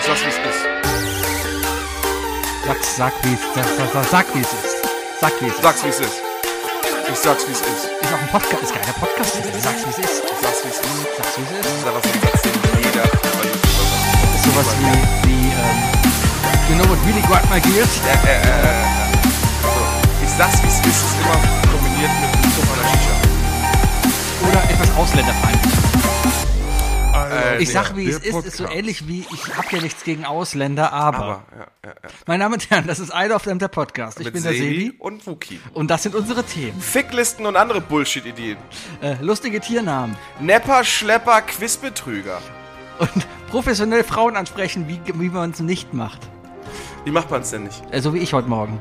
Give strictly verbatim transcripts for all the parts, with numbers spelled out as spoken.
sag's, wie es ist. Sag, sag, wie es sag, sag, sag, wie es ist. Sag, wie es ist. Sag's, wie es ist. Ich sag's, wie es ist. Ist auch ein Podcast, ist geiler Podcast. Sag's, wie es ist. Ich sag's, wie es ist. Sag's, wie es ist. Das ist einfach so ein Satz, den jeder bei YouTube Das ist sowas wie, wie ähm, you know what really got my gears? Äh, äh, äh, äh. So, ich sag's, wie es ist, ist immer kombiniert mit dem Zug an der Shisha. Oder etwas Ausländerfeindlich. Äh, Ich nee, sag, wie der es ist, ist so Podcast. ähnlich wie, ich hab ja nichts gegen Ausländer, aber. Aber, ja, ja, ja. Meine Damen und Herren, das ist I Love Them, der Podcast. Ich Mit bin der Sebi Sebi und Wookie. und das sind unsere Themen. Ficklisten und andere Bullshit-Ideen. Äh, lustige Tiernamen Nepper, Schlepper, Quizbetrüger. und professionell Frauen ansprechen, wie, wie man es nicht macht. Wie macht man's denn nicht? Äh, so wie ich heute Morgen.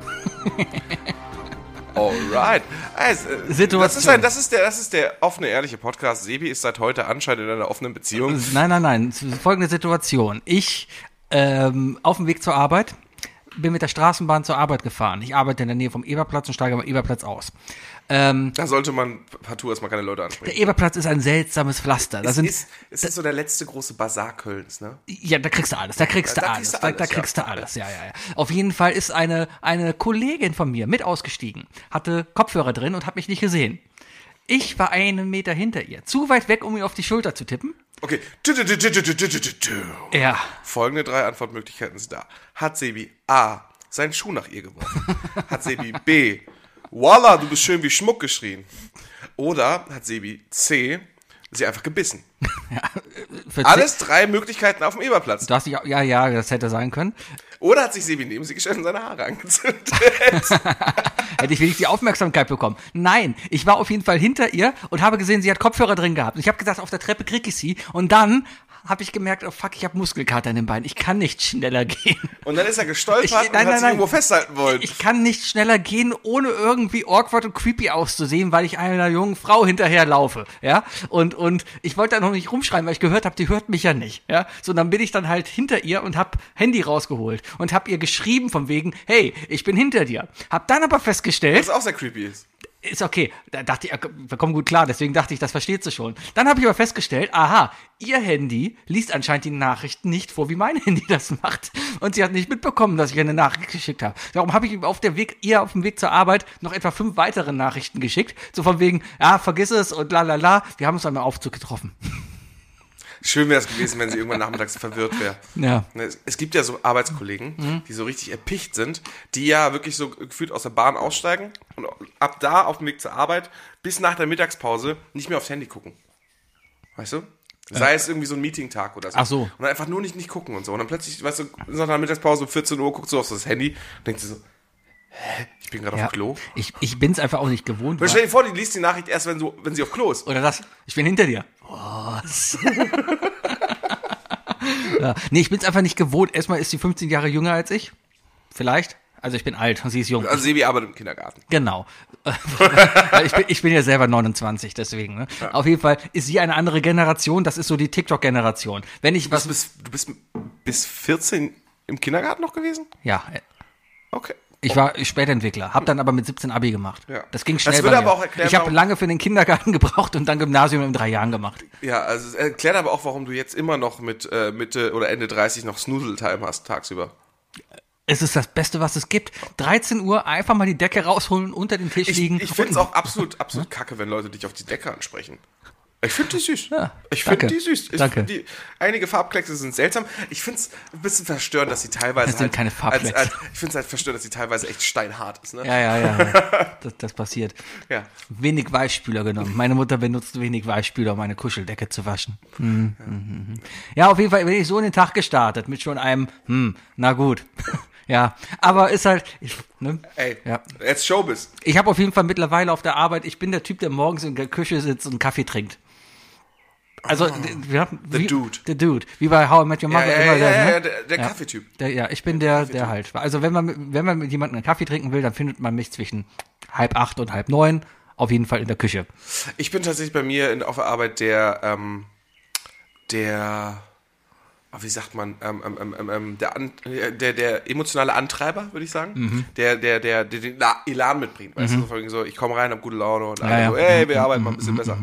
Alright. Also, äh, Situation. Das ist, ein, das, ist der, das ist der offene, ehrliche Podcast. Sebi ist seit heute anscheinend in einer offenen Beziehung. Nein, nein, nein. Es ist folgende Situation. Ich, ähm, auf dem Weg zur Arbeit, bin mit der Straßenbahn zur Arbeit gefahren. Ich arbeite in der Nähe vom Eberplatz und steige am Eberplatz aus. Ähm, Da sollte man partout erstmal keine Leute ansprechen. der Eberplatz ist ein seltsames Pflaster. Da Es sind, ist, es ist so der letzte große Bazar Kölns, ne? ja, da kriegst du alles, da kriegst Ja, du da alles, kriegst du da, alles, da kriegst ja. du alles, ja, ja, ja. Auf jeden Fall ist eine, eine Kollegin von mir mit ausgestiegen, hatte Kopfhörer drin und hat mich nicht gesehen. Ich war einen Meter hinter ihr, zu weit weg, um ihr auf die Schulter zu tippen. Okay. Ja, Folgende drei Antwortmöglichkeiten sind da. Hat Sebi A. seinen Schuh nach ihr geworfen? Hat Sebi B. Voila, du bist schön wie Schmuck geschrien? Oder hat Sebi C. sie einfach gebissen? für Alles drei Möglichkeiten auf dem Eberplatz. Du hast dich, auch- ja, ja, das hätte sein können. Oder hat sich Sebi neben sie gestellt und seine Haare angezündet? Hätte ich wenigstens die Aufmerksamkeit bekommen. Nein, ich war auf jeden Fall hinter ihr und habe gesehen, sie hat Kopfhörer drin gehabt. Und ich habe gedacht, auf der Treppe krieg ich sie. Und dann habe ich gemerkt, oh fuck, ich habe Muskelkater in den Beinen. Ich kann nicht schneller gehen. Und dann ist er gestolpert Ich- und nein, hat nein, sich nein. irgendwo festhalten wollen. Ich kann nicht schneller gehen, ohne irgendwie awkward und creepy auszusehen, weil ich einer jungen Frau hinterherlaufe, ja? Und, und ich wollte da noch nicht rumschreien, weil ich gehört habe, die hört mich ja nicht, ja? So, dann bin ich dann halt hinter ihr und hab Handy rausgeholt und hab ihr geschrieben von wegen, hey, ich bin hinter dir. Hab dann aber festgestellt, Was auch sehr creepy ist. ist okay. Da dachte ich, wir kommen gut klar, deswegen dachte ich, das versteht sie schon. Dann habe ich aber festgestellt, aha, ihr Handy liest anscheinend die Nachrichten nicht vor, wie mein Handy das macht. Und sie hat nicht mitbekommen, dass ich eine Nachricht geschickt habe. Darum habe ich ihm auf der Weg, ihr auf dem Weg zur Arbeit noch etwa fünf weitere Nachrichten geschickt. So von wegen, ja, vergiss es und la la la. Wir haben uns einmal Aufzug getroffen. Schön wäre es gewesen, wenn sie irgendwann nachmittags verwirrt wäre. Ja. Es, es gibt ja so Arbeitskollegen, die so richtig erpicht sind, die ja wirklich so gefühlt aus der Bahn aussteigen und ab da auf dem Weg zur Arbeit bis nach der Mittagspause nicht mehr aufs Handy gucken. Weißt du? Sei es irgendwie so ein Meeting-Tag oder so. Ach so. Und dann einfach nur nicht, nicht gucken und so. Und dann plötzlich, weißt du, nach der Mittagspause um vierzehn Uhr guckst du auf das Handy und denkst dir so, hä, ich bin gerade Ja. auf dem Klo. Ich, ich bin's einfach auch nicht gewohnt. Und stell dir vor, die liest die Nachricht erst, wenn, so, wenn sie auf Klo ist. Oder das, ich bin hinter dir. Was? Ja, nee, ich bin's einfach nicht gewohnt. Erstmal ist sie fünfzehn Jahre jünger als ich. Vielleicht. Also ich bin alt und sie ist jung. Also Sebi arbeitet im Kindergarten. Genau. Weil ich, bin, ich bin ja selber neunundzwanzig, deswegen. Ne? Ja. Auf jeden Fall ist sie eine andere Generation. Das ist so die TikTok-Generation. Wenn ich Du was... bist, du bist bis vierzehn im Kindergarten noch gewesen? Ja, Okay. ich war Spätentwickler, habe dann aber mit siebzehn Abi gemacht. Ja. Das ging Das schnell würde bei aber mir. auch erklären, Ich habe warum- lange für den Kindergarten gebraucht und dann Gymnasium in drei Jahren gemacht. Ja, also es erklärt aber auch, warum du jetzt immer noch mit äh, Mitte oder Ende dreißig noch Snoodle-Time hast tagsüber. Es ist das Beste, was es gibt. dreizehn Uhr einfach mal die Decke rausholen, unter den Tisch Ich, liegen. ich finde es auch absolut, absolut kacke, wenn Leute dich auf die Decke ansprechen. Ich finde die süß. Ja, ich finde danke. die süß. Ich Danke. find Die, einige Farbkleckse sind seltsam. Ich finde es ein bisschen verstörend, dass sie teilweise Das sind halt, keine Farbkleckse. Als, als, ich finde es halt verstörend, dass sie teilweise echt steinhart ist. Ne? Ja, ja, ja. Das, das passiert. Ja. Wenig Weichspüler genommen. Meine Mutter benutzt wenig Weichspüler, um meine Kuscheldecke zu waschen. Hm, hm, hm, hm. Ja, auf jeden Fall bin ich so in den Tag gestartet mit schon einem, hm, na gut. Ja, aber ist halt, ich, ne? Ey, Ja. jetzt Showbiz. Ich habe auf jeden Fall mittlerweile auf der Arbeit, ich bin der Typ, der morgens in der Küche sitzt und einen Kaffee trinkt. Also, ja, The wie, Dude. The Dude. Wie bei How I Met Your Ja, Mother. ja, immer ja, der, ja, ne? ja, der, der Ja. Kaffeetyp. Der, ja, ich bin der, der halt. Also wenn man, mit- wenn man mit jemandem einen Kaffee trinken will, dann findet man mich zwischen halb acht und halb neun. Auf jeden Fall in der Küche. Ich bin tatsächlich bei mir in, auf der Arbeit der, ähm, der, oh, wie sagt man, ähm, ähm, ähm, ähm, der, An, der, der emotionale Antreiber, würde ich sagen. Mhm. Der, der, der, der den La- Elan mitbringt. Weißt du, so, von wegen so, ich komme rein, hab gute Laune und alle Ja, ja. so, ey, wir arbeiten mal ein bisschen besser.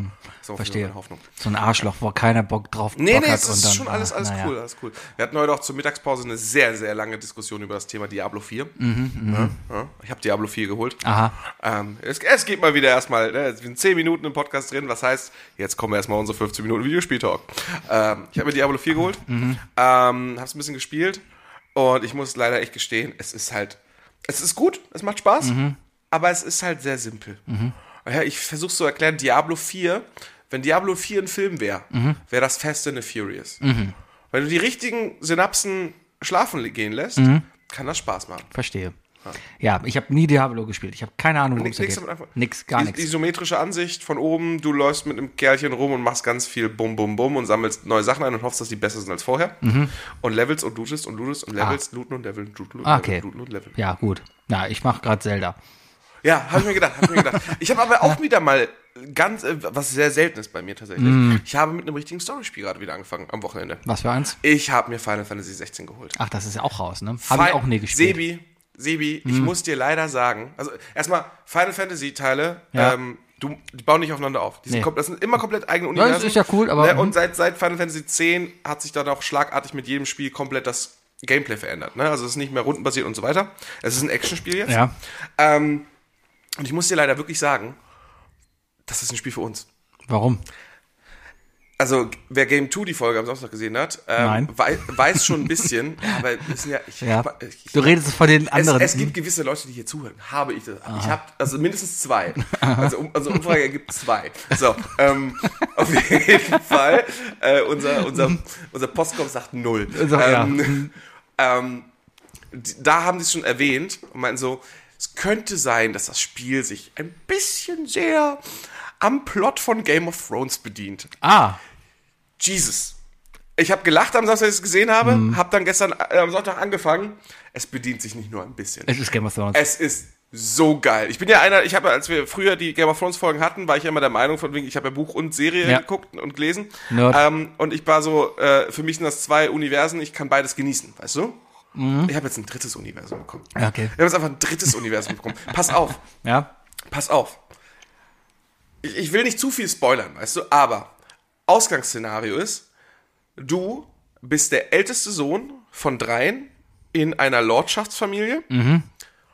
Das ist auch Verstehe. meine Hoffnung. So ein Arschloch, wo keiner Bock drauf Nee, Bock nee, hat. es und ist dann, schon alles, ah, alles naja. cool, alles cool. Wir hatten heute auch zur Mittagspause eine sehr, sehr lange Diskussion über das Thema Diablo vier. Mhm, ja, ja. Ich habe Diablo vier geholt. Aha. Ähm, es, es geht mal wieder erstmal, ne, wir sind zehn Minuten im Podcast drin, was heißt, jetzt kommen erstmal unsere fünfzehn Minuten Videospiel-Talk. Ähm, ich habe mir Diablo vier geholt, mhm. ähm, habe es ein bisschen gespielt und ich muss leider echt gestehen, es ist halt, es ist gut, es macht Spaß, mhm. aber es ist halt sehr simpel. Mhm. Ja, ich versuche es zu erklären, Diablo vier, wenn Diablo vier ein Film wäre, mhm. wäre das Fast and the Furious. Mhm. Wenn du die richtigen Synapsen schlafen gehen lässt, mhm. kann das Spaß machen. Verstehe. Ja, ja, ich habe nie Diablo gespielt. Ich habe keine Ahnung, worum es da geht. Nix, gar nichts. Isometrische Ansicht von oben, du läufst mit einem Kerlchen rum und machst ganz viel Bum, Bum, Bum und sammelst neue Sachen ein und hoffst, dass die besser sind als vorher. Mhm. Und levelst und lootest und lootest und levelst, ah. looten und leveln, looten und ah, okay. looten und leveln. Ja, gut. Ja, ich mache gerade Zelda. Ja, habe ich mir gedacht, hab ich mir gedacht. Ich habe aber auch wieder mal ganz, äh, was sehr selten ist bei mir tatsächlich. Mm. Ich habe mit einem richtigen Storyspiel gerade wieder angefangen am Wochenende. Was für eins? Ich habe mir Final Fantasy sechzehn geholt. Ach, das ist ja auch raus, ne? Habe ich auch nie gespielt. Sebi, Sebi, mm. ich muss dir leider sagen, also erstmal Final Fantasy Teile, ja. ähm, du, die bauen nicht aufeinander auf. Die sind, nee. kom- das sind immer komplett eigene Universen. Ja, das ist ja cool, aber... Ne? Und seit, seit Final Fantasy zehn hat sich dann auch schlagartig mit jedem Spiel komplett das Gameplay verändert. Ne? Also es ist nicht mehr rundenbasiert und so weiter. Es ist ein Actionspiel jetzt. Ja. Ähm, Und ich muss dir leider wirklich sagen, das ist ein Spiel für uns. Warum? Also, wer Game zwei die Folge am Samstag gesehen hat, ähm, wei- weiß schon ein bisschen, aber wir wissen ja, ich, ja. ich, ich, du redest von den anderen. Es, es gibt gewisse Leute, die hier zuhören. Habe ich das. Aha. Ich habe, also mindestens zwei. Also, um, also Umfrage ergibt zwei. So, ähm, auf jeden Fall, äh, unser, unser, unser Postcom sagt null. Also, ähm, ja. ähm, da haben sie es schon erwähnt und meinten so, es könnte sein, dass das Spiel sich ein bisschen sehr am Plot von Game of Thrones bedient. Ah. Jesus. Ich habe gelacht am Samstag, als ich es gesehen habe, mm. habe dann gestern äh, am Sonntag angefangen. Es bedient sich nicht nur ein bisschen. Es ist Game of Thrones. Es ist so geil. Ich bin ja einer, ich habe, als wir früher die Game of Thrones Folgen hatten, war ich ja immer der Meinung, von wegen, ich habe ja Buch und Serie ja. geguckt und gelesen. Ähm, und ich war so, äh, für mich sind das zwei Universen, ich kann beides genießen, weißt du? Mhm. Ich habe jetzt ein drittes Universum bekommen. Okay. Ich habe jetzt einfach ein drittes Universum bekommen. Pass auf. Ja. Pass auf. Ich, ich will nicht zu viel spoilern, weißt du, aber Ausgangsszenario ist, du bist der älteste Sohn von dreien in einer Lordschaftsfamilie. Mhm.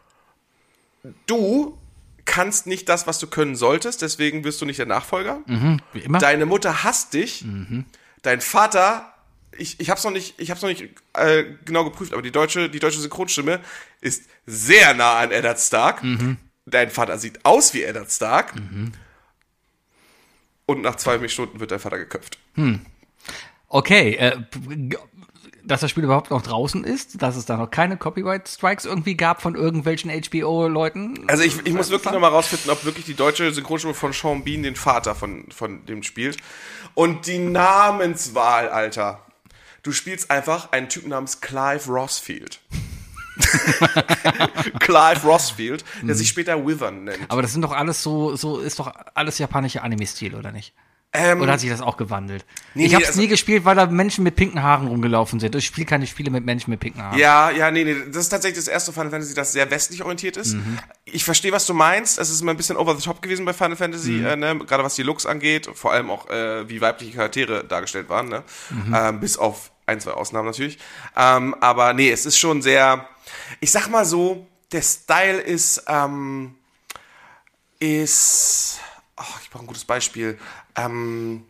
Du kannst nicht das, was du können solltest, deswegen wirst du nicht der Nachfolger. Mhm. Wie immer. Deine Mutter hasst dich. Mhm. Dein Vater... Ich, ich habe es noch nicht, ich hab's noch nicht äh, genau geprüft, aber die deutsche, die deutsche Synchronstimme ist sehr nah an Eddard Stark. Mhm. Dein Vater sieht aus wie Eddard Stark. Mhm. Und nach zwei Stunden wird dein Vater geköpft. Hm. Okay, äh, dass das Spiel überhaupt noch draußen ist, dass es da noch keine Copyright-Strikes irgendwie gab von irgendwelchen H B O-Leuten. Also ich, ich muss wirklich nochmal rausfinden, ob wirklich die deutsche Synchronstimme von Sean Bean den Vater von, von dem spielt. Und die Namenswahl, Alter. Du spielst einfach einen Typen namens Clive Rossfield. Clive Rossfield, der mhm. sich später Wyvern nennt. Aber das sind doch alles so, so ist doch alles japanische Anime-Stil, oder nicht? Ähm, oder hat sich das auch gewandelt? Nee, ich nee, hab's also, nie gespielt, weil da Menschen mit pinken Haaren rumgelaufen sind. Ich spiele keine Spiele mit Menschen mit pinken Haaren. Ja, ja, nee, nee. Das ist tatsächlich das erste Final Fantasy, das sehr westlich orientiert ist. Mhm. Ich verstehe, was du meinst. Es ist immer ein bisschen over the top gewesen bei Final Fantasy, mhm. äh, ne? Gerade was die Looks angeht. Vor allem auch, äh, wie weibliche Charaktere dargestellt waren. Ne? Mhm. Ähm, bis auf ein, zwei Ausnahmen natürlich. Ähm, aber nee, es ist schon sehr... Ich sag mal so, der Style ist... Ähm, ist... Oh, ich brauche ein gutes Beispiel. Ähm...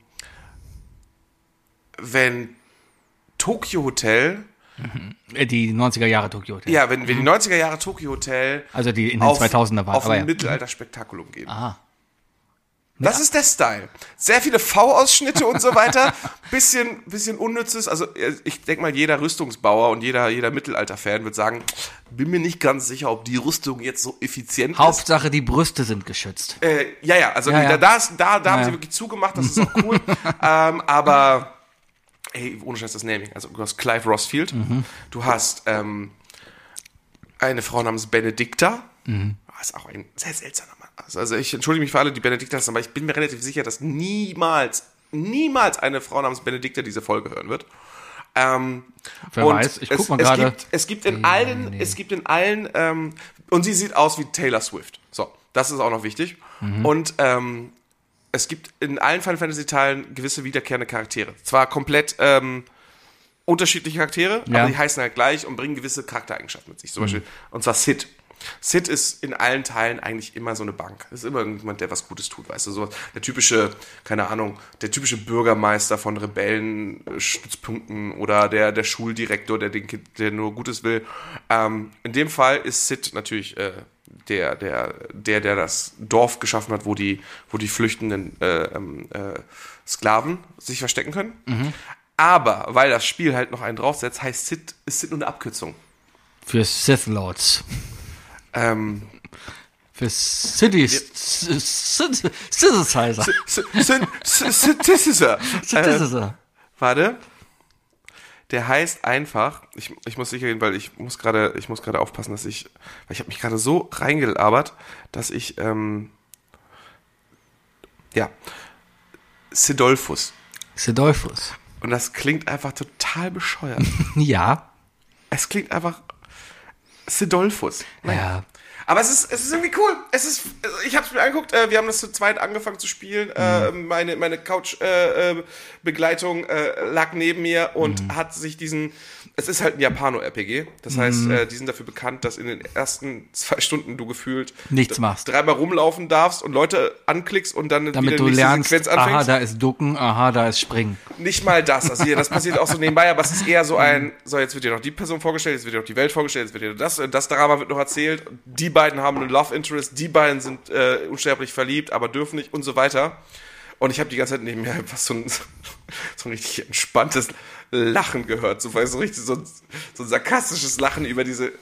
Wenn Tokyo Hotel... Mhm. Die neunziger Jahre Tokyo Hotel. Ja, wenn wir die neunziger Jahre Tokyo Hotel... Also die in den zweitausender waren. Auf aber ein ja. Mittelalter-Spektakulum geben. Aha. Das ja. ist der Style. Sehr viele V-Ausschnitte und so weiter. Bisschen, bisschen Unnützes. Also ich denke mal, jeder Rüstungsbauer und jeder, jeder Mittelalter-Fan wird sagen, bin mir nicht ganz sicher, ob die Rüstung jetzt so effizient Hauptsache, ist. Hauptsache, die Brüste sind geschützt. Äh, ja, ja, also ja, ja. da, ist, da, da ja, haben ja. sie wirklich zugemacht, das ist auch cool. ähm, aber, ey, ohne Scheiß das Naming. Also du hast Clive Rossfield, mhm. du hast ähm, eine Frau namens Benedicta, mhm. das ist auch ein sehr seltsamer Mann. Also ich entschuldige mich für alle, die Benedicta sind, aber ich bin mir relativ sicher, dass niemals, niemals eine Frau namens Benedicta diese Folge hören wird. Ähm, Wer und weiß, ich guck es, mal gerade. Es gibt, es gibt in allen, nee. es gibt in allen, ähm, und sie sieht aus wie Taylor Swift. So, das ist auch noch wichtig. Mhm. Und ähm, es gibt in allen Final Fantasy Teilen gewisse wiederkehrende Charaktere. Zwar komplett ähm, unterschiedliche Charaktere, Ja. aber die heißen halt gleich und bringen gewisse Charaktereigenschaften mit sich. Zum Beispiel, und zwar Sid. Sid ist in allen Teilen eigentlich immer so eine Bank. Ist immer irgendjemand, der was Gutes tut, weißt du, so der typische, keine Ahnung, der typische Bürgermeister von Rebellenstützpunkten oder der, der Schuldirektor, der den Kind, der nur Gutes will. Ähm, in dem Fall ist Sid natürlich äh, der, der, der, der das Dorf geschaffen hat, wo die, wo die flüchtenden äh, äh, Sklaven sich verstecken können. Mhm. Aber weil das Spiel halt noch einen draufsetzt, heißt Sid, ist Sid nur eine Abkürzung. Für Sith Lords. Ähm, Für Cities. Synthesizer. Synthesizer. Synthesizer. Warte. Der heißt einfach, ich, ich muss sicher gehen, weil ich muss gerade, ich muss gerade aufpassen, dass ich, weil ich habe mich gerade so reingelabert, dass ich, ähm, ja, Sidolphus. Sidolphus. Und das klingt einfach total bescheuert. Ja. Es klingt einfach Sidolphus. Ja. Aber es ist, es ist irgendwie cool. Es ist, ich habe es mir angeguckt. Äh, wir haben das zu zweit angefangen zu spielen. Mhm. Äh, meine meine Couch-Begleitung äh, äh, lag neben mir und mhm. hat sich diesen. Es ist halt ein Japano-R P G. Das heißt, mhm. äh, die sind dafür bekannt, dass in den ersten zwei Stunden du gefühlt nichts machst, dreimal rumlaufen darfst und Leute anklickst und dann damit wieder du die nächste lernst, Sequenz anfängst. Aha, da ist Ducken, aha, da ist Springen. Nicht mal das. Also hier, das passiert auch so nebenbei, aber es ist eher so ein, so jetzt wird dir noch die Person vorgestellt, jetzt wird dir noch die Welt vorgestellt, jetzt wird dir das, das Drama wird noch erzählt. Die beiden haben einen Love Interest, die beiden sind äh, unsterblich verliebt, aber dürfen nicht und so weiter. Und ich habe die ganze Zeit neben mir einfach so ein, so ein richtig entspanntes Lachen gehört, so, so richtig so ein, so ein sarkastisches Lachen über diese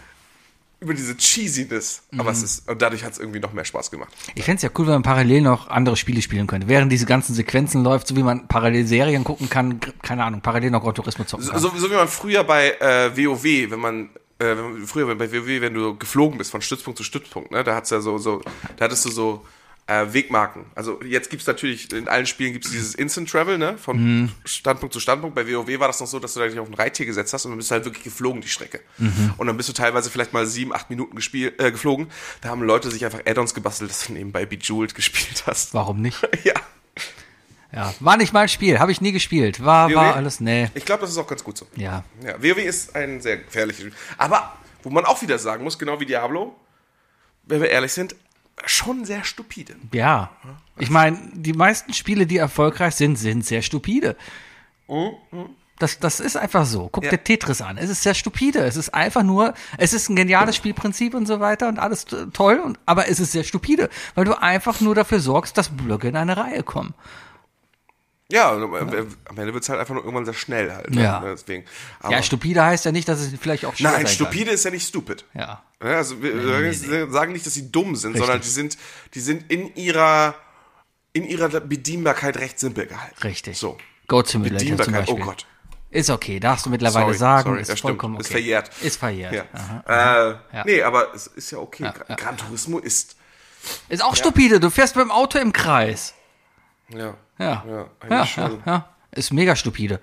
über diese Cheesiness. Mhm. Aber es ist, und dadurch hat es irgendwie noch mehr Spaß gemacht. Ich fände es ja cool, wenn man parallel noch andere Spiele spielen könnte. Während diese ganzen Sequenzen läuft, so wie man parallel Serien gucken kann, keine Ahnung, parallel noch Gran Turismo zocken kann. So, so wie man früher bei äh, WoW, wenn man äh, wenn man, früher bei WoW, wenn du geflogen bist von Stützpunkt zu Stützpunkt, ne, da hat's ja so, so, da hattest du so äh, Wegmarken. Also jetzt gibt's natürlich, in allen Spielen gibt's dieses Instant Travel, ne, von mhm. Standpunkt zu Standpunkt. Bei WoW war das noch so, dass du da dich auf ein Reittier gesetzt hast und dann bist du halt wirklich geflogen, die Strecke. Mhm. Und dann bist du teilweise vielleicht mal sieben, acht Minuten gespielt, äh, geflogen. Da haben Leute sich einfach Add-ons gebastelt, dass du nebenbei Bejeweled gespielt hast. Warum nicht? Ja. Ja, war nicht mein Spiel, habe ich nie gespielt. War, WoW? war alles, nee. Ich glaube, das ist auch ganz gut so. Ja. Ja, WoW ist ein sehr gefährliches Spiel. Aber, wo man auch wieder sagen muss, genau wie Diablo, wenn wir ehrlich sind, schon sehr stupide. Ja. Ich meine, die meisten Spiele, die erfolgreich sind, sind sehr stupide. Mhm. Das, das ist einfach so. Guck Ja. dir Tetris an. Es ist sehr stupide. Es ist einfach nur, es ist ein geniales Spielprinzip und so weiter und alles t- toll, und, aber es ist sehr stupide, weil du einfach nur dafür sorgst, dass Blöcke in eine Reihe kommen. Ja, und am Ende wird es halt einfach nur irgendwann sehr schnell halt. Ja. Ne? Deswegen. Aber Ja, stupide heißt ja nicht, dass es vielleicht auch schwer nein, sein stupide ist ja nicht stupid. kann. Ja. Ja, also wir Nee, wir nee, sagen nicht, dass sie dumm sind, Richtig. sondern die sind, die sind in ihrer, in ihrer Bedienbarkeit recht simpel gehalten. Richtig. So. Goat Simulator zum Bedienbarkeit, Beispiel. oh Gott. Ist okay, darfst du mittlerweile Sorry, sagen. sorry, ist ja, stimmt. vollkommen okay. Ist verjährt. Ist verjährt. Ja. Aha. Äh, Ja. Nee, aber es ist ja okay. Ja, ja. Gran Turismo ist, Ist auch stupide, du fährst mit dem Auto im Kreis. ja. Ja. Ja, eigentlich Ja, schon. ja, ja. Ist mega stupide.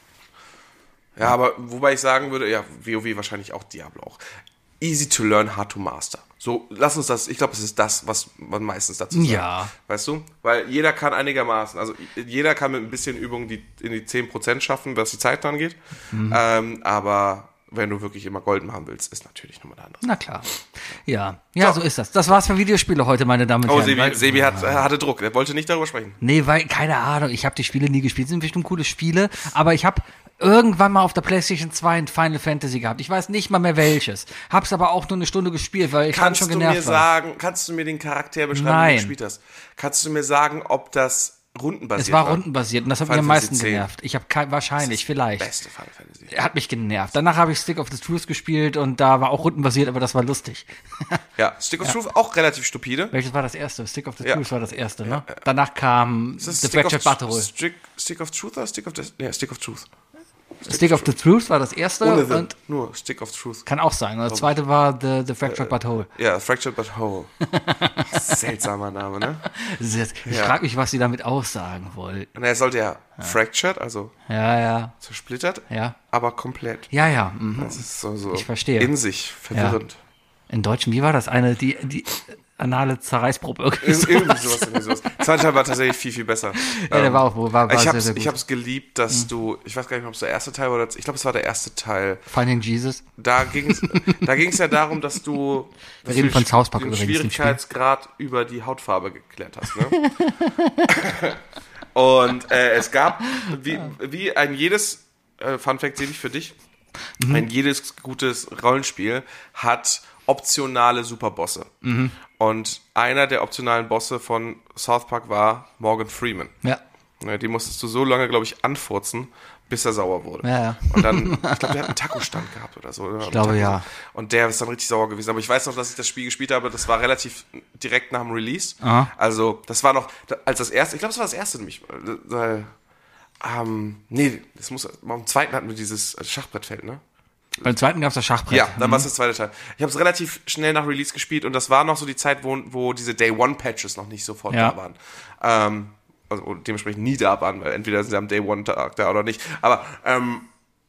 Ja, aber wobei ich sagen würde, ja, WoW wahrscheinlich auch, Diablo auch. Easy to learn, hard to master. So, lass uns das, ich glaube, das ist das, was man meistens dazu sagt. Ja. Weißt du? Weil jeder kann einigermaßen, also jeder kann mit ein bisschen Übung die, in die zehn Prozent schaffen, was die Zeit angeht. Mhm. Ähm, aber wenn du wirklich immer golden haben willst, ist natürlich nochmal eine andere. Na klar. Ja, ja, So. so ist das. Das war's für Videospiele heute, meine Damen und Oh, Herren. Sebi, Weil- Sebi hat, äh, hatte Druck, er wollte nicht darüber sprechen. Nee, weil, keine Ahnung, ich habe die Spiele nie gespielt. Sind bestimmt coole Spiele, aber ich habe irgendwann mal auf der PlayStation zwei ein Final Fantasy gehabt. Ich weiß nicht mal mehr welches. Hab's aber auch nur eine Stunde gespielt, weil ich dann Kannst schon du genervt mir war. sagen, kannst du mir den Charakter beschreiben, Nein. den du gespielt hast? Kannst du mir sagen, ob das rundenbasiert Es war rundenbasiert und das hat mich Final am meisten Fantasy zehn. genervt. Ich habe wahrscheinlich, vielleicht. Beste Final Fantasy. Er hat mich genervt. Danach habe ich Stick of the Truth gespielt und da war auch rundenbasiert, aber das war lustig. Ja, Stick of Truth auch relativ stupide. Welches war das erste? Stick of the Ja. Truth war das erste, ne? Danach kam Ist das The Stick of, Fractured Battle. Stick, Stick of Truth oder Stick of the, nee, Stick of Truth. Stick of the Truth war das erste Ohne the, und nur Stick of Truth. kann auch sein. Und das zweite war The, the Fractured But Whole. Ja, Fractured But Whole. Seltsamer Name, ne? Das ist jetzt- Ich Ja. frage mich, was sie damit aussagen wollen. Und er sollte ja, fractured, also Ja, ja, zersplittert, ja. aber komplett. Ja, ja. Mhm. Das ist so, so Ich verstehe. in sich verwirrend. In Deutschen, wie war das? Eine, die, die anale Zerreißprobe. Ir- irgendwie sowas, irgendwie sowas. Der zweite Teil war tatsächlich viel, viel besser. Ja, der war auch war, war ich sehr, hab's, sehr gut. ich hab's geliebt, dass mhm. du, ich weiß gar nicht, ob es der erste Teil war oder, ich glaube, es war der erste Teil. Finding Jesus. Da ging's, da ging's ja darum, dass du, dass Wir reden du von South Park den übrigens, Schwierigkeitsgrad über die Hautfarbe geklärt hast, ne? Und äh, es gab, wie, wie ein jedes, äh, Fun Fact sehe ich für dich, mhm. ein jedes gutes Rollenspiel hat optionale Superbosse. Mhm. Und einer der optionalen Bosse von South Park war Morgan Freeman. Ja. Ja, die musstest du so lange, glaube ich, anfurzen, bis er sauer wurde. Ja, ja. Und dann, ich glaube, der hat einen Taco-Stand gehabt oder so. Oder? Ich glaube, ja. Und der ist dann richtig sauer gewesen. Aber ich weiß noch, dass ich das Spiel gespielt habe, das war relativ direkt nach dem Release. Aha. Also, das war noch, als das erste, ich glaube, das war das erste nämlich, weil, ähm, nee, das muss, am zweiten hatten wir dieses Schachbrettfeld, ne? Beim zweiten gab es das Schachbrett. Ja, dann war es das zweite Teil. Ich habe es relativ schnell nach Release gespielt und das war noch so die Zeit, wo, wo diese Day-One-Patches noch nicht sofort ja. da waren. Ähm, also dementsprechend nie da waren, weil entweder sind sie am Day-One-Tag da oder nicht. Aber ähm,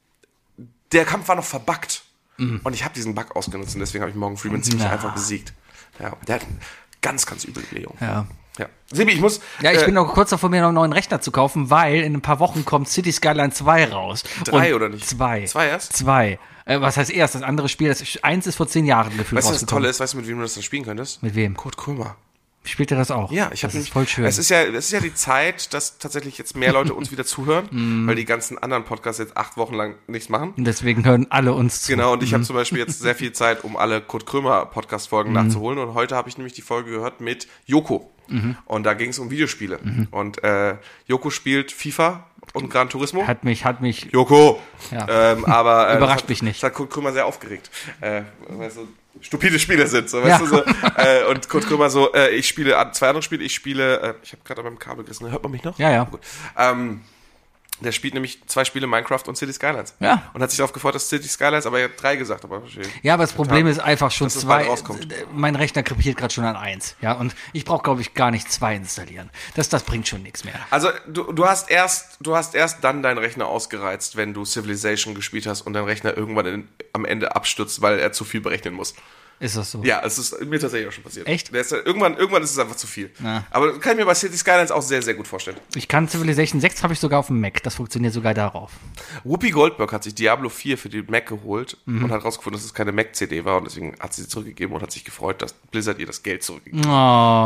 der Kampf war noch verbuggt. Mhm. Und ich habe diesen Bug ausgenutzt und deswegen habe ich Morgan Freeman ziemlich ja. einfach besiegt. Ja, der hat eine ganz, ganz üble Belegung. Ja. Ja. Sebi, ich muss... Ja, ich äh, bin noch kurz davor, mir noch einen neuen Rechner zu kaufen, weil in ein paar Wochen kommt City Skyline zwei raus. Drei und oder nicht? Zwei. Zwei erst? Zwei. Äh, was heißt erst? Das andere Spiel, das eins ist vor zehn Jahren gefühlt Weißt du, was das rausgekommen. Tolle ist? Weißt du, mit wem du das dann spielen könntest? Mit wem? Kurt Krömer. Spielt er das auch? Ja, ich habe Das ist voll schön. Es ist ja, es ist ja die Zeit, dass tatsächlich jetzt mehr Leute uns wieder zuhören, weil die ganzen anderen Podcasts jetzt acht Wochen lang nichts machen. Und deswegen hören alle uns zu. Genau, und ich habe zum Beispiel jetzt sehr viel Zeit, um alle Kurt Krömer Podcast-Folgen nachzuholen. Und heute habe ich nämlich die Folge gehört mit Joko. Mhm. Und da ging es um Videospiele. Mhm. Und äh, Joko spielt FIFA und Gran Turismo. Hat mich, hat mich. Joko! Ja. Ähm, aber äh, Überrascht hat, mich nicht. Das hat Kurt Krömer sehr aufgeregt. Äh, weißt du, stupide Spiele sind, so, weißt Ja. du, so. Äh, und Kurt Krömer so, äh, ich spiele zwei andere Spiele, ich spiele, äh, ich habe gerade beim Kabel gerissen, hört man mich noch? Ja, ja. Gut. Ähm, der spielt nämlich zwei Spiele, Minecraft und City Skylines. Ja. Und hat sich darauf gefreut, dass City Skylines, aber er hat drei gesagt, aber Ja, aber das Problem ist einfach schon dass es zwei. bald rauskommt. Mein Rechner krepiert gerade schon an eins. Ja, und ich brauche, glaube ich, gar nicht zwei installieren. Das, das bringt schon nichts mehr. Also du, du hast erst, du hast erst dann deinen Rechner ausgereizt, wenn du Civilization gespielt hast und dein Rechner irgendwann in, am Ende abstürzt, weil er zu viel berechnen muss. Ist das so? Ja, es ist mir tatsächlich auch schon passiert. Echt? Der ist, irgendwann, irgendwann ist es einfach zu viel. Na. Aber kann ich mir bei City Skylines auch sehr, sehr gut vorstellen. Ich kann Civilization sechs habe ich sogar auf dem Mac. Das funktioniert sogar darauf. Whoopi Goldberg hat sich Diablo vier für die Mac geholt mhm. und hat rausgefunden, dass es keine Mac-C D war und deswegen hat sie sie zurückgegeben und hat sich gefreut, dass Blizzard ihr das Geld zurückgegeben hat.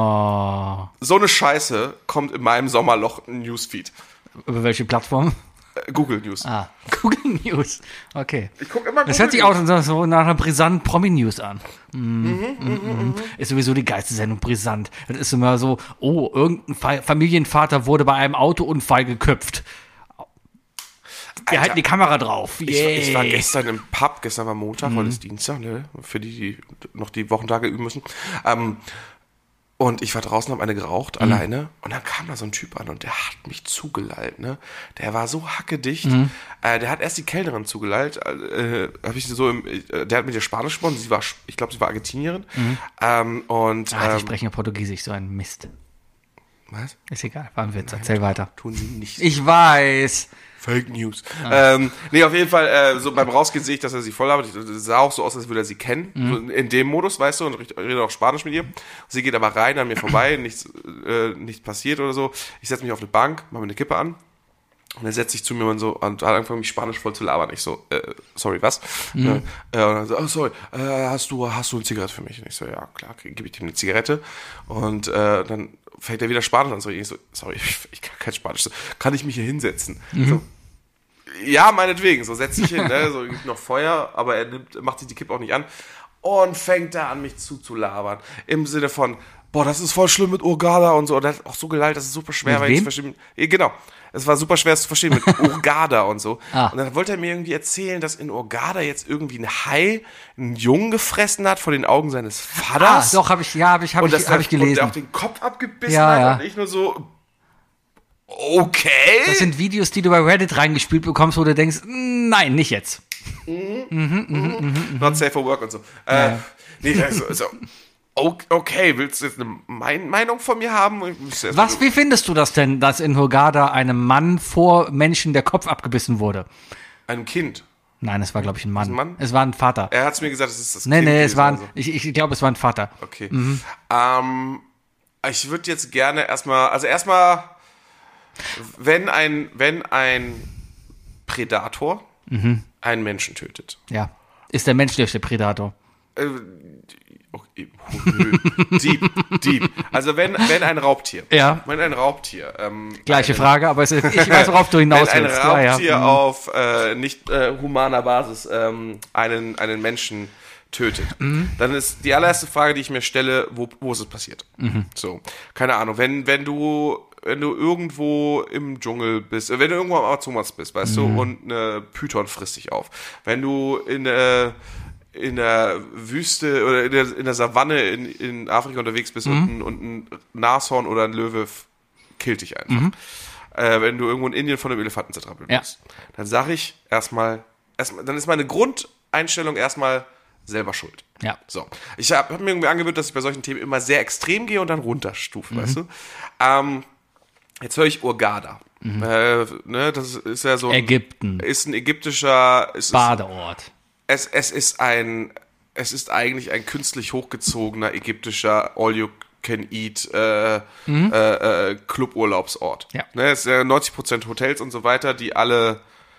Oh. So eine Scheiße kommt in meinem Sommerloch ein Newsfeed. Über welche Plattform? Äh, Google News. Ah, Google News. Okay. Ich gucke immer Google Das hört sich News. auch so, so nach einer brisanten Promi-News an. Mm, mhm, mm, mm. Ist sowieso die geilste Sendung, brisant. Das ist immer so, oh, irgendein Fa- Familienvater wurde bei einem Autounfall geköpft. Wir Alter. halten die Kamera drauf. Ich, Yay. ich war gestern im Pub, gestern war Montag, Mhm. heute ist Dienstag, ne? Für die, die noch die Wochentage üben müssen. Ähm, und ich war draußen, habe eine geraucht, Mhm. alleine. Und dann kam da so ein Typ an und der hat mich zugelallt, ne? Der war so hackedicht. Mhm. Äh, der hat erst die Kellnerin zugelallt. Äh, hab ich so im, äh, der hat mit ihr Spanisch gesprochen. Sie war, ich glaube, sie war Argentinierin. Ähm, und, Ah, die ähm, sprechen ja Portugiesisch, so ein Mist. was? Ist egal, war ein Witz. Erzähl weiter. Tun sie nicht. Ich weiß. Fake News. Ah. Ähm, nee, auf jeden Fall, äh, so beim Rausgehen sehe ich, dass er sie voll arbeitet. Es sah auch so aus, als würde er sie kennen. Mhm. So in dem Modus, weißt du, und redet auch Spanisch mit ihr. Sie geht aber rein an mir vorbei, nichts, äh, nichts passiert oder so. Ich setze mich auf eine Bank, mache mir eine Kippe an. Und er setzt sich zu mir und so und hat angefangen, mich Spanisch voll zu labern. Ich so, äh, sorry, was? Mhm. Äh, und dann so, oh, sorry, äh, hast du, hast du eine Zigarette für mich? Und ich so, ja, klar, gebe ich ihm eine Zigarette. Und äh, dann fängt er wieder Spanisch an. So, ich so, sorry, ich, ich kann kein Spanisch. So, kann ich mich hier hinsetzen? Mhm. So, ja, meinetwegen. So setzt sich hin, ne? So gibt noch Feuer, aber er nimmt, macht sich die Kippe auch nicht an. Und fängt da an, mich zuzulabern. Im Sinne von, boah, das ist voll schlimm mit Urgada und so. Und er hat auch so gelallt, das ist super schwer, Mit weil wem? ich zu verstehen. Ja, genau. Es war super schwer es zu verstehen mit Urgada und so. Ah. Und dann wollte er mir irgendwie erzählen, dass in Urgada jetzt irgendwie ein Hai einen Jungen gefressen hat vor den Augen seines Ah, Vaters. doch, habe ich, ja, habe ich, habe und ich, das hab ich Und der gelesen. auch den Kopf abgebissen Ja, hat. ja. Und ich nur so, okay. Das sind Videos, die du bei Reddit reingespielt bekommst, wo du denkst, nein, nicht jetzt. Not safe for work und so. Äh, Ja, ja. Nee, also, also, okay, willst du jetzt eine mein Meinung von mir haben? Ich müsste erst Was, mal- wie findest du das denn, dass in Hurghada einem Mann vor Menschen der Kopf abgebissen wurde? Einem Kind. Nein, es war, glaube ich, ein Mann. Ein Mann? Es war ein Vater. Er hat es mir gesagt, es ist das Nee, Kind nee, es gewesen war ein, oder so. ich, ich glaube, es war ein Vater. Okay. Ähm, ich würde jetzt gerne erstmal, also erstmal, wenn ein, wenn ein Predator Mhm. einen Menschen tötet. Ja. Ist der Mensch der Predator? Äh, okay, Dieb, Dieb. Also wenn, wenn ein Raubtier, Ja. wenn ein Raubtier, ähm, Gleiche einen, Frage, aber es ist, ich weiß, worauf du hinaus wenn ein willst. Raubtier ja, ja. auf äh, nicht äh, humaner Basis ähm, einen, einen Menschen tötet, Mhm. dann ist die allererste Frage, die ich mir stelle, wo, wo ist es passiert? Mhm. So, keine Ahnung, wenn, wenn du wenn du irgendwo im Dschungel bist, äh, wenn du irgendwo am Amazonas bist, weißt Mhm. du, und eine Python frisst dich auf. Wenn du in der in der Wüste oder in der, in der Savanne in, in Afrika unterwegs bist Mhm. und, ein, und ein Nashorn oder ein Löwe f- killt dich einfach. Mhm. Äh, wenn du irgendwo in Indien von einem Elefanten zertrampelt Ja. bist, dann sage ich erstmal, erstmal, dann ist meine Grundeinstellung erstmal selber schuld. Ja. So. Ich habe hab mir irgendwie angewöhnt, dass ich bei solchen Themen immer sehr extrem gehe und dann runterstufe, Mhm. weißt du? Ähm, jetzt höre ich Hurghada. Mhm. Äh, ne, das ist ja so ein, Ägypten. ist ein ägyptischer es ist, Badeort. es, es ist ein es ist eigentlich ein künstlich hochgezogener ägyptischer All-You-Can-Eat äh, Mhm. äh, äh, Cluburlaubsort. Ja. Ne, es sind ja neunzig Prozent Hotels und so weiter, die alle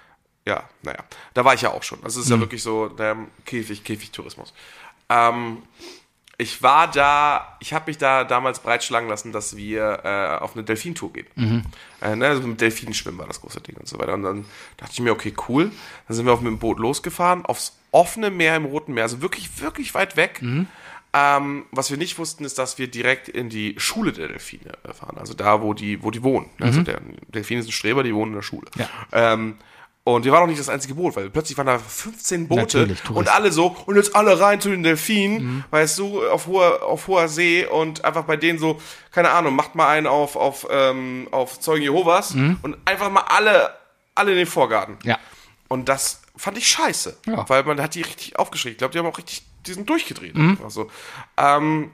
ja, naja, da war ich ja auch schon. Das ist Mhm. ja wirklich so der Käfig, Käfig-Tourismus. Ähm, ich war da, ich habe mich da damals breitschlagen lassen, dass wir äh, auf eine Delfintour gehen. Mhm. Äh, ne, also mit Delfinschwimmen war das große Ding und so weiter. Und dann dachte ich mir, okay, cool. Dann sind wir auf mit dem Boot losgefahren, aufs offene Meer im Roten Meer, also wirklich, wirklich weit weg. Mhm. Ähm, was wir nicht wussten, ist, dass wir direkt in die Schule der Delfine äh, fahren, also da, wo die, wo die wohnen. Also der Delfine sind Streber, die wohnen in der Schule. Ja. Ähm, und wir waren auch nicht das einzige Boot, weil plötzlich waren da fünfzehn Boote Natürlich, Touristen. und alle so, und jetzt alle rein zu den Delfinen, weißt du, auf hoher, auf hoher See und einfach bei denen so, keine Ahnung, macht mal einen auf, auf, ähm, auf Zeugen Jehovas und einfach mal alle, alle in den Vorgarten. Ja. Und das fand ich scheiße, Ja. weil man hat die richtig aufgeschreckt. Ich glaube, die haben auch richtig, die sind durchgedreht. Einfach so. Ähm,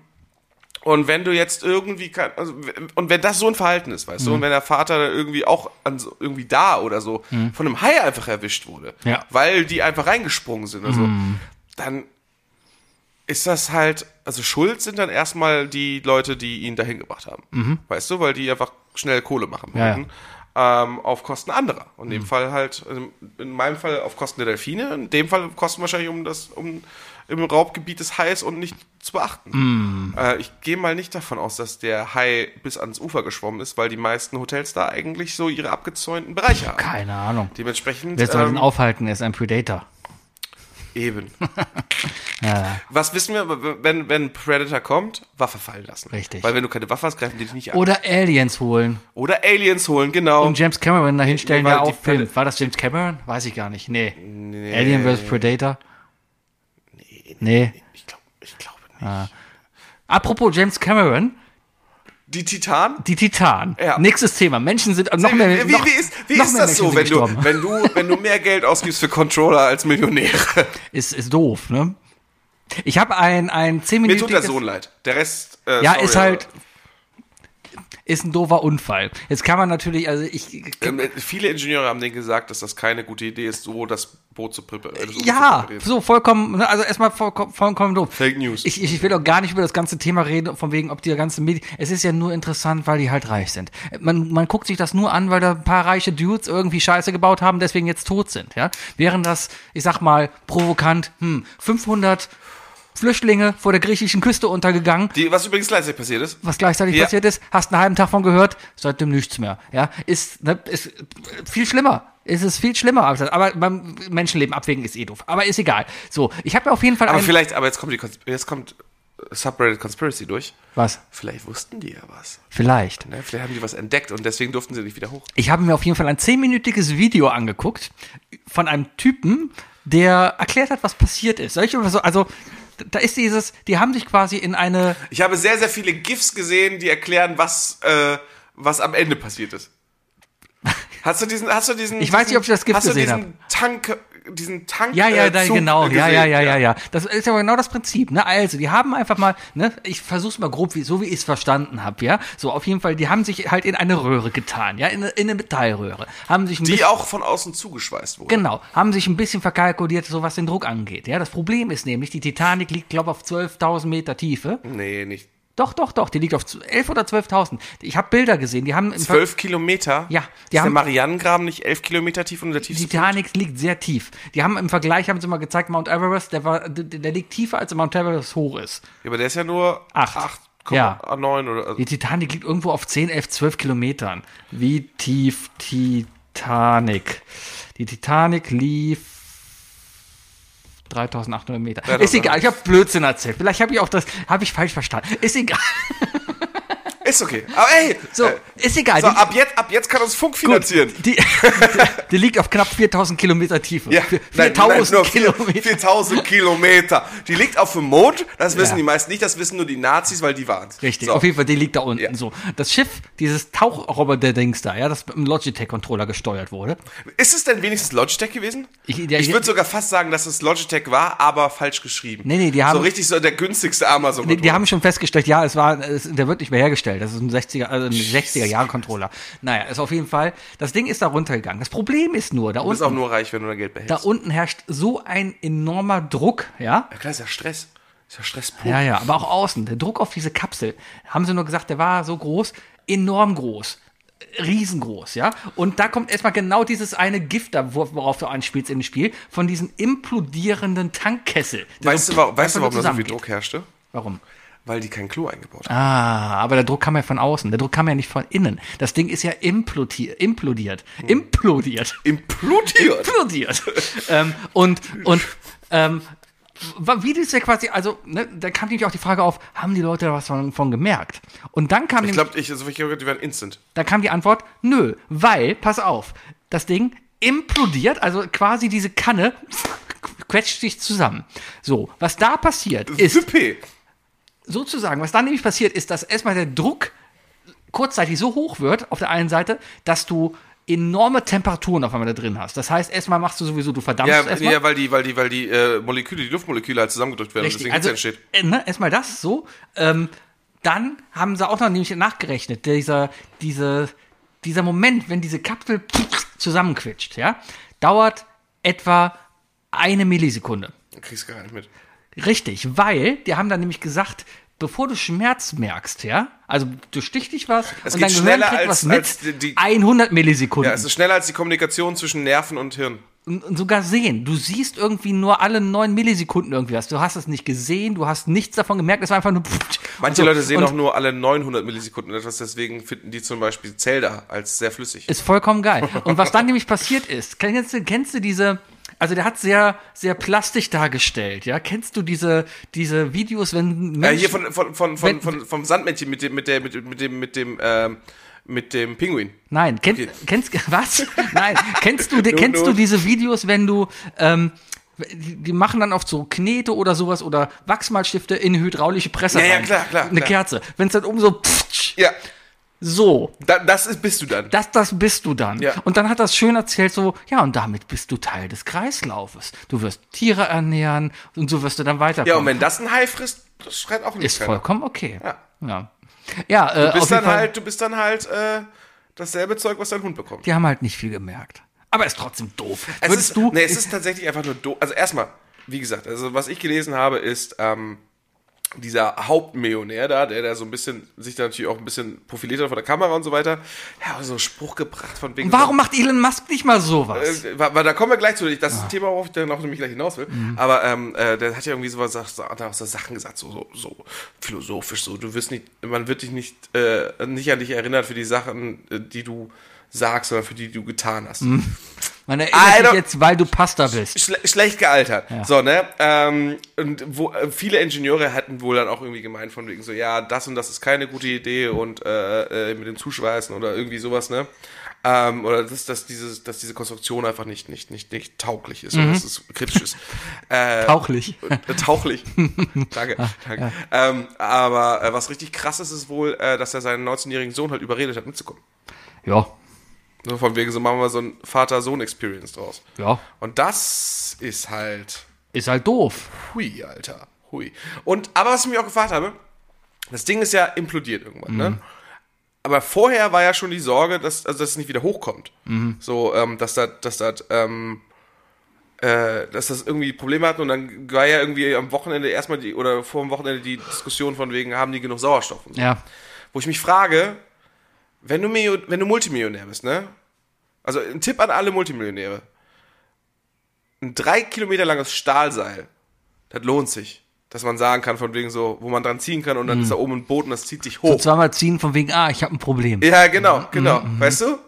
und wenn du jetzt irgendwie, kein, also, und wenn das so ein Verhalten ist, weißt du, und wenn der Vater dann irgendwie auch an so, irgendwie da oder so von einem Hai einfach erwischt wurde, Ja. weil die einfach reingesprungen sind oder so, dann ist das halt, also schuld sind dann erstmal die Leute, die ihn dahin gebracht haben. Weißt du, weil die einfach schnell Kohle machen Ja, ja. wollten. Ähm, auf Kosten anderer. Und in dem Fall halt, also in meinem Fall auf Kosten der Delfine, in dem Fall Kosten wahrscheinlich um das, um im Raubgebiet des Hais und nicht zu beachten. Äh, ich gehe mal nicht davon aus, dass der Hai bis ans Ufer geschwommen ist, weil die meisten Hotels da eigentlich so ihre abgezäunten Bereiche haben. Keine Ahnung. Dementsprechend Wer soll ähm, den aufhalten? Er ist ein Predator. eben. Ja. Was wissen wir, wenn, wenn ein Predator kommt? Waffe fallen lassen. Richtig. Weil wenn du keine Waffe hast, greifen die dich nicht an. Oder Aliens holen. Oder Aliens holen, genau. Und James Cameron dahin stellen, Nee, weil ja die auch Film. Präd- War das James Cameron? Weiß ich gar nicht. Nee. Nee. Alien versus Predator? Nee. Nee. Ich, glaub, ich glaube nicht. Apropos James Cameron, Die Titan? die Titan. Ja. Nächstes Thema. Menschen sind noch mehr. wie, wie, noch, wie ist, wie noch ist mehr das so, Menschen wenn sind du, gestorben. wenn, du, wenn du mehr Geld ausgibst für Controller als Millionäre? Ist, ist doof, ne? Ich habe ein, ein Mir zehnminütiges... tut der Sohn leid. Der Rest, äh, Ja, sorry, ist halt... Ist ein doofer Unfall. Jetzt kann man natürlich, also ich... Ähm, viele Ingenieure haben denen gesagt, dass das keine gute Idee ist, so das Boot zu präparieren. Ja, so vollkommen, ne, also erstmal vollkommen, vollkommen doof. Fake News. Ich, ich will auch gar nicht über das ganze Thema reden, von wegen, ob die ganzen Medien, es ist ja nur interessant, weil die halt reich sind. Man, man guckt sich das nur an, weil da ein paar reiche Dudes irgendwie Scheiße gebaut haben, deswegen jetzt tot sind, ja. Während das, ich sag mal, provokant, hm, fünfhundert Flüchtlinge vor der griechischen Küste untergegangen, Die, was übrigens gleichzeitig passiert ist. was gleichzeitig Ja. passiert ist, hast einen halben Tag von gehört, seitdem nichts mehr. Ja, ist, ne, ist viel schlimmer. Es ist viel schlimmer, aber beim Menschenleben abwägen ist eh doof. Aber ist egal. So, ich habe mir auf jeden Fall Aber einen- vielleicht, aber jetzt kommt die, Cons- jetzt kommt Subreddit Conspiracy durch. was? Vielleicht wussten die ja was. Vielleicht. Ne? Vielleicht haben die was entdeckt und deswegen durften sie nicht wieder hoch. Ich habe mir auf jeden Fall ein zehnminütiges Video angeguckt von einem Typen, der erklärt hat, was passiert ist. Solche, also, also da ist dieses, die haben sich quasi in eine, Ich habe sehr, sehr viele GIFs gesehen, die erklären, was, äh, was am Ende passiert ist. Hast du diesen, hast du diesen, Ich weiß nicht, ob ich das GIF hast gesehen du diesen Tank, diesen Tank Ja, ja, äh, da, Zug genau, gesehen. ja, ja, ja, ja, ja. Das ist aber genau das Prinzip, ne? Also, die haben einfach mal, ne, ich versuch's mal grob, wie, so wie ich es verstanden habe, ja? So, auf jeden Fall, die haben sich halt in eine Röhre getan, ja, in, eine- in eine Metallröhre. Haben sich ein Die bisschen, auch von außen zugeschweißt wurde. genau, haben sich ein bisschen verkalkuliert, so was den Druck angeht, ja? Das Problem ist nämlich, die Titanic liegt, glaube ich, auf zwölftausend Meter Tiefe. Nee, nicht. Doch, doch, doch, die liegt auf elf oder zwölftausend. Ich habe Bilder gesehen, die haben im Ver- Zwölf Kilometer? Ja, die ist der haben- Marianengraben nicht elf Kilometer tief und der Die tiefste Punkt? Titanic liegt sehr tief. Die haben im Vergleich, haben sie mal gezeigt, Mount Everest, der, war, der, der liegt tiefer, als Mount Everest hoch ist. Ja, aber der ist ja nur Acht. acht Ja. Komma neun oder. Also Die Titanic liegt irgendwo auf zehn, elf, zwölf Kilometern. Wie tief Titanic? Die Titanic lief dreitausendachthundert Meter. Ist egal, ich habe Blödsinn erzählt. Vielleicht habe ich auch das, habe ich falsch verstanden. Ist egal. ist okay. Aber ey, So, äh, ist egal. so, Die- ab jetzt, ab jetzt kann uns Funk finanzieren. Die, die liegt auf knapp viertausend Kilometer Tiefe. Ja, Vier- nein, viertausend nein, nur vier- Kilometer. viertausend Kilometer. Die liegt auf dem Mond, das wissen Ja. die meisten nicht, das wissen nur die Nazis, weil die waren. Richtig, So. auf jeden Fall, die liegt da unten. Ja. So, das Schiff, dieses Tauchroboter-Dings da, ja, das mit dem Logitech-Controller gesteuert wurde. Ist es denn wenigstens Logitech gewesen? Ich- Ich, der- würde sogar fast sagen, dass es Logitech war, aber falsch geschrieben. Nee, nee, die haben- So richtig so der günstigste Amazon. Die, die haben schon festgestellt, ja, es war, es, der wird nicht mehr hergestellt. Das ist ein sechziger, also ein sechziger-Jahre-Controller. Naja, ist auf jeden Fall, das Ding ist da runtergegangen. Das Problem ist nur, da Du bist auch unten, nur reich, wenn du dein Geld behältst. da unten herrscht so ein enormer Druck, ja. Ja klar, ist ja Stress. Ist ja Stress pur. Ja, ja, aber auch außen. Der Druck auf diese Kapsel, haben sie nur gesagt, der war so groß, enorm groß. Riesengroß, ja. Und da kommt erstmal genau dieses eine Gift da, wo- worauf du anspielst im Spiel, von diesem implodierenden Tankkessel. der Weißt so du, wa- weißt einfach du, nur warum da so viel zusammengeht. Druck herrschte? Warum? Weil die kein Klo eingebaut haben. Ah, aber der Druck kam ja von außen. Der Druck kam ja nicht von innen. Das Ding ist ja implodiert. Implodiert. Implodiert. Implodiert. Implodiert. ähm, und, und, ähm, wa- wie das ja quasi, also, ne, da kam nämlich auch die Frage auf, haben die Leute da was von, von gemerkt? Und dann kam Ich nämlich, glaube, ich, also ich glaube, die werden instant. da kam die Antwort, nö, weil, pass auf, das Ding implodiert, also quasi diese Kanne quetscht sich zusammen. So, was da passiert ist, Süppe. sozusagen, was dann nämlich passiert, ist, dass erstmal der Druck kurzzeitig so hoch wird, auf der einen Seite, dass du enorme Temperaturen auf einmal da drin hast. Das heißt, erstmal machst du sowieso, du verdampfst Ja, erstmal. ja, weil die, weil die, weil die äh, Moleküle, die Luftmoleküle halt zusammengedrückt werden Richtig, und deswegen also, Hitze entsteht. äh, ne, erstmal das, so. Ähm, dann haben sie auch noch nämlich nachgerechnet, dieser, diese, dieser Moment, wenn diese Kapsel zusammenquetscht, ja, dauert etwa eine Millisekunde. Kriegst du gar nicht mit. Richtig, weil die haben dann nämlich gesagt, bevor du Schmerz merkst, ja, also du stichst dich was Es und geht dein Gehirn schneller kriegt als- was mit, als die- die- hundert Millisekunden. Ja, es ist schneller als die Kommunikation zwischen Nerven und Hirn. und, und sogar sehen. Du siehst irgendwie nur alle neun Millisekunden irgendwie was. Du hast es nicht gesehen, du hast nichts davon gemerkt, es war einfach nur Manche und so. Leute sehen Und auch nur alle neunhundert Millisekunden etwas, deswegen finden die zum Beispiel Zelda als sehr flüssig. ist vollkommen geil. Und was dann nämlich passiert ist, kennst du, kennst du diese, also der hat sehr, sehr plastisch dargestellt, ja? Kennst du diese, diese Videos, wenn Äh, Menschen, hier von, von, von, Wenn- von, von, vom Sandmännchen mit dem, mit der, mit, mit dem, mit dem, ähm, mit dem Pinguin. Nein, kenn, Okay. kennst was? Nein, kennst du, die- Nun, kennst du nun. diese Videos, wenn du ähm, die, die machen dann oft so Knete oder sowas oder Wachsmalstifte in eine hydraulische Presse Ja, ja, rein. klar, klar, Eine klar. Kerze. Wenn es dann um so pftsch, Ja, so, da, das ist, bist du dann. das, das bist du dann. Ja. Und dann hat das schön erzählt so, ja, und damit bist du Teil des Kreislaufes. Du wirst Tiere ernähren und so wirst du dann weiterkommen. Ja, und wenn das ein Hai frisst, das schreit auch nicht ist keiner. vollkommen okay. Ja. Ja, ja äh, Du auf bist jeden dann Fall, halt, du bist dann halt äh, dasselbe Zeug, was dein Hund bekommt. die haben halt nicht viel gemerkt. Aber ist trotzdem doof. Es Würdest ist, du, nee, es ist tatsächlich einfach nur doof. Also erstmal, wie gesagt, also was ich gelesen habe, ist ähm, dieser Hauptmillionär da, der da so ein bisschen, sich da natürlich auch ein bisschen profiliert hat vor der Kamera und so weiter, ja, so einen Spruch gebracht von wegen. warum macht Elon Musk nicht mal sowas? Äh, weil, weil da kommen wir gleich zu. Das ist ein Thema, worauf ich dann auch nämlich gleich hinaus will. Aber ähm, äh, der hat ja irgendwie sowas, sagt, hat auch so Sachen gesagt, so, so, so philosophisch, so. Du wirst nicht, man wird dich nicht, äh, nicht an dich erinnert für die Sachen, äh, die du sagst, sondern für die, die du getan hast. Man I erinnert sich don't- jetzt, weil du Pasta bist. Schle schlecht gealtert. So, ne? Ähm, und wo, äh, viele Ingenieure hatten wohl dann auch irgendwie gemeint von wegen so, ja, das und das ist keine gute Idee und äh, äh, mit dem Zuschweißen oder irgendwie sowas, ne? Ähm, oder dass, dass, dieses, dass diese Konstruktion einfach nicht, nicht, nicht, nicht tauglich ist, oder dass es kritisch ist. Äh, Tauchlich. äh, tauchlich. danke, danke. Ähm, aber äh, was richtig krass ist, ist wohl, äh, dass er seinen neunzehnjährigen Sohn halt überredet hat, mitzukommen. Ja. So von wegen, so machen wir so ein Vater-Sohn-Experience draus. Ja. Und das ist halt... Ist halt doof. Hui, Alter. Hui. Und, aber was ich mich auch gefragt habe, das Ding ist ja implodiert irgendwann, mhm. ne? Aber vorher war ja schon die Sorge, dass, also dass es nicht wieder hochkommt. Mhm. So, ähm, dass das, dass das, ähm, äh, dass das irgendwie Probleme hatten und dann war ja irgendwie am Wochenende erstmal die, oder vor dem Wochenende die Diskussion von wegen, haben die genug Sauerstoff und so. Ja. Wo ich mich frage, wenn du, Mio- wenn du Multimillionär bist, ne? Also ein Tipp an alle Multimillionäre. Ein drei Kilometer langes Stahlseil, das lohnt sich. Dass man sagen kann, von wegen so, wo man dran ziehen kann und dann mhm. ist da oben ein Boot und das zieht sich hoch. So zweimal ziehen von wegen, ah, ich habe ein Problem. Ja, genau, genau. Mhm. Weißt du?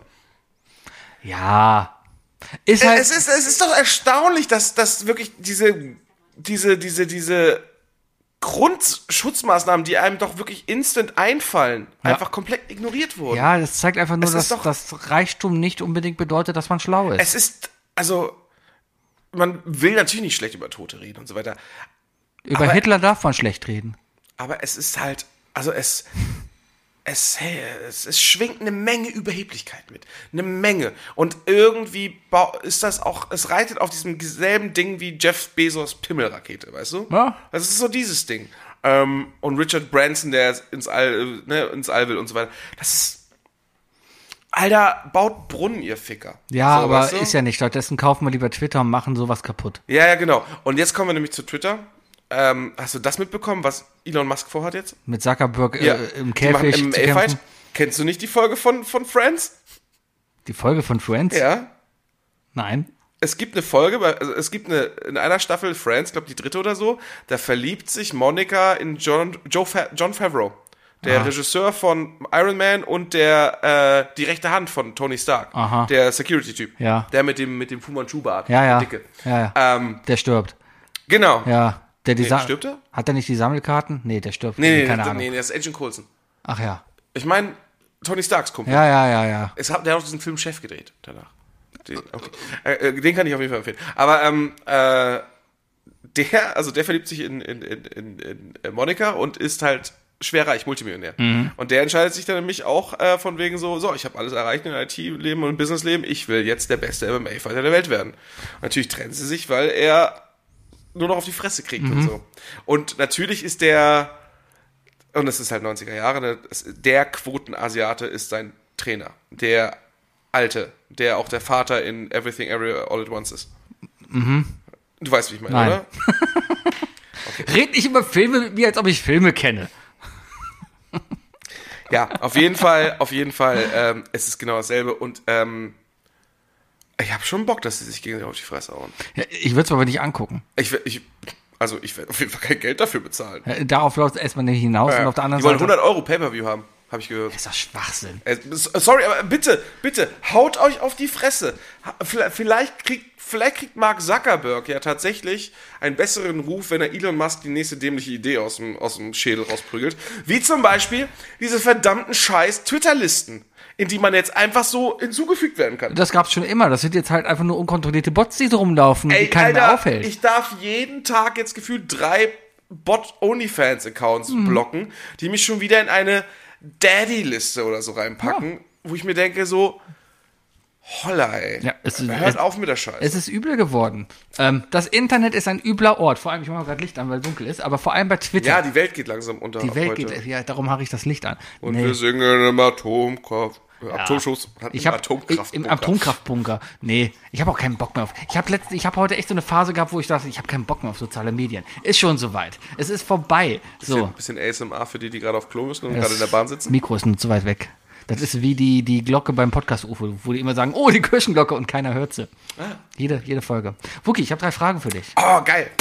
Ja. Ist halt es, ist, es ist doch erstaunlich, dass, dass wirklich diese, diese, diese, diese Grundschutzmaßnahmen, die einem doch wirklich instant einfallen, ja. einfach komplett ignoriert wurden. Ja, das zeigt einfach nur, es dass doch, das Reichtum nicht unbedingt bedeutet, dass man schlau ist. Es ist, also, man will natürlich nicht schlecht über Tote reden und so weiter. Über aber, Hitler darf man schlecht reden. Aber es ist halt, also es, es, es, es schwingt eine Menge Überheblichkeit mit. Eine Menge. Und irgendwie ist das auch, es reitet auf diesem selben Ding wie Jeff Bezos Pimmelrakete, weißt du? Ja. Das ist so dieses Ding. Ähm, und Richard Branson, der ins All, ne, ins All will und so weiter. Das ist, Alter, baut Brunnen, ihr Ficker. Ja, so, aber weißt du? Ist ja nicht. Stattdessen kaufen wir lieber Twitter und machen sowas kaputt. Ja, ja, genau. Und jetzt kommen wir nämlich zu Twitter. Ähm, hast du das mitbekommen, was Elon Musk vorhat jetzt? Mit Zuckerberg ja, äh, im Käfig M M A zu kämpfen. Fight. Kennst du nicht die Folge von, von Friends? Die Folge von Friends? Ja. Nein. Es gibt eine Folge, also es gibt eine, in einer Staffel Friends, ich glaube die dritte oder so, da verliebt sich Monica in John, Joe Fa- John Favreau, der Aha. Regisseur von Iron Man und der äh, die rechte Hand von Tony Stark, Aha. der Security-Typ, ja. der mit dem, mit dem Fu Manchu-Bart, ja, ja. der Dicke. Ja, ja. Ähm, der stirbt. Genau. Ja. Der die nee, Sa- stirbt er? Hat er nicht die Sammelkarten? Nee, der stirbt. Nee, nee, keine nee, Ahnung. nee, der ist Agent Coulson. Ach ja. Ich meine, Tony Starks Kumpel. Ja, ja, ja, ja. Es hat, der hat auch diesen Film Chef gedreht danach. Den, okay. äh, den kann ich auf jeden Fall empfehlen. Aber ähm, äh, der, also der verliebt sich in, in, in, in, in Monica und ist halt schwerreich, Multimillionär. Mhm. Und der entscheidet sich dann nämlich auch äh, von wegen so, so, ich habe alles erreicht in I T-Leben und Business-Leben, ich will jetzt der beste M M A-Fighter der Welt werden. Und natürlich trennen sie sich, weil er nur noch auf die Fresse kriegt mhm. und so. Und natürlich ist der, und das ist halt neunziger Jahre, der Quotenasiate ist sein Trainer. Der Alte, der auch der Vater in Everything Everywhere All at Once ist. Mhm. Du weißt, wie ich meine, Nein. oder? Okay. Red nicht über Filme mit mir, als ob ich Filme kenne. Ja, auf jeden Fall, auf jeden Fall, ähm, es ist genau dasselbe und ähm, ich habe schon Bock, dass sie sich gegenseitig auf die Fresse hauen. Ja, ich würde es aber nicht angucken. Ich, ich, also ich werde auf jeden Fall kein Geld dafür bezahlen. Ja, darauf läuft es erstmal nicht hinaus ja, und auf der anderen die wollen Seite... hundert Euro Pay-Per-View haben, habe ich gehört. Das ist doch Schwachsinn. Äh, sorry, aber bitte, bitte, haut euch auf die Fresse. Vielleicht kriegt, vielleicht kriegt Mark Zuckerberg ja tatsächlich einen besseren Ruf, wenn er Elon Musk die nächste dämliche Idee aus dem, aus dem Schädel rausprügelt. Wie zum Beispiel diese verdammten scheiß Twitter-Listen, in die man jetzt einfach so hinzugefügt werden kann. Das gab's schon immer. Das sind jetzt halt einfach nur unkontrollierte Bots, die so rumlaufen und Ey, die keiner Alter, mehr aufhält. Ich darf jeden Tag jetzt gefühlt drei Bot-Onlyfans-Accounts mhm. blocken, die mich schon wieder in eine Daddy-Liste oder so reinpacken, ja. wo ich mir denke so, holla, ey. Ja, es ist, hört es, auf mit der Scheiße. Es ist übel geworden. Ähm, das Internet ist ein übler Ort. Vor allem, ich mache gerade Licht an, weil es dunkel ist, aber vor allem bei Twitter. Ja, die Welt geht langsam unter. Die Welt heute. geht, ja, darum mache ich das Licht an. Und nee. wir singen im Atomkraft. Ja. Atomschuss. Ich hab, Atomkraft. Im Atomkraftbunker. Nee, ich habe auch keinen Bock mehr auf. Ich habe letztens, ich habe heute echt so eine Phase gehabt, wo ich dachte, ich habe keinen Bock mehr auf soziale Medien. Ist schon soweit. Es ist vorbei. Bisschen, so. bisschen A S M R für die, die gerade auf Klo müssen und gerade in der Bahn sitzen. Mikro ist nur zu weit weg. Das ist wie die, die Glocke beim Podcast-U F O, wo die immer sagen, oh, die Kirchenglocke und keiner hört sie. Ah. Jede, jede Folge. Wookie, ich habe drei Fragen für dich. Oh, geil.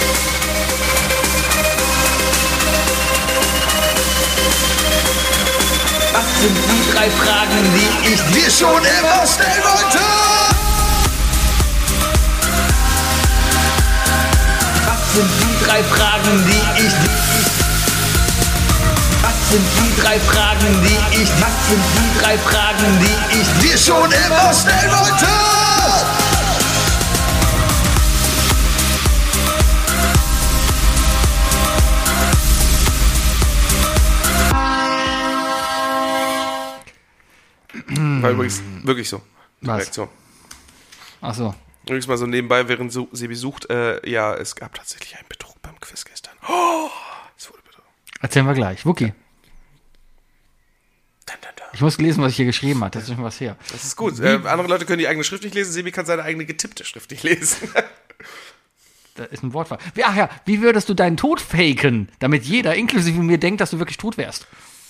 Was sind die drei Fragen, die ich dir schon immer stellen wollte? Was sind die drei Fragen, die ich... Was sind die drei Fragen, die ich... Was sind die drei Fragen, die ich dir schon immer stellen wollte? War übrigens Wirklich so. Die Was? Reaktion. Ach so. Übrigens mal so nebenbei, während so, Sebi sucht, äh, ja, es gab tatsächlich einen Betrug beim Quiz gestern. Oh, es wurde betrogen. Erzählen wir gleich. Wookie. Dun, dun, dun. Ich muss lesen, was ich hier geschrieben habe. Das ist schon was her. Das ist gut. Äh, andere Leute können die eigene Schrift nicht lesen. Sebi kann seine eigene getippte Schrift nicht lesen. Da ist ein Wortfall. Wie- Ach ja, wie würdest du deinen Tod faken, damit jeder, inklusive mir, denkt, dass du wirklich tot wärst?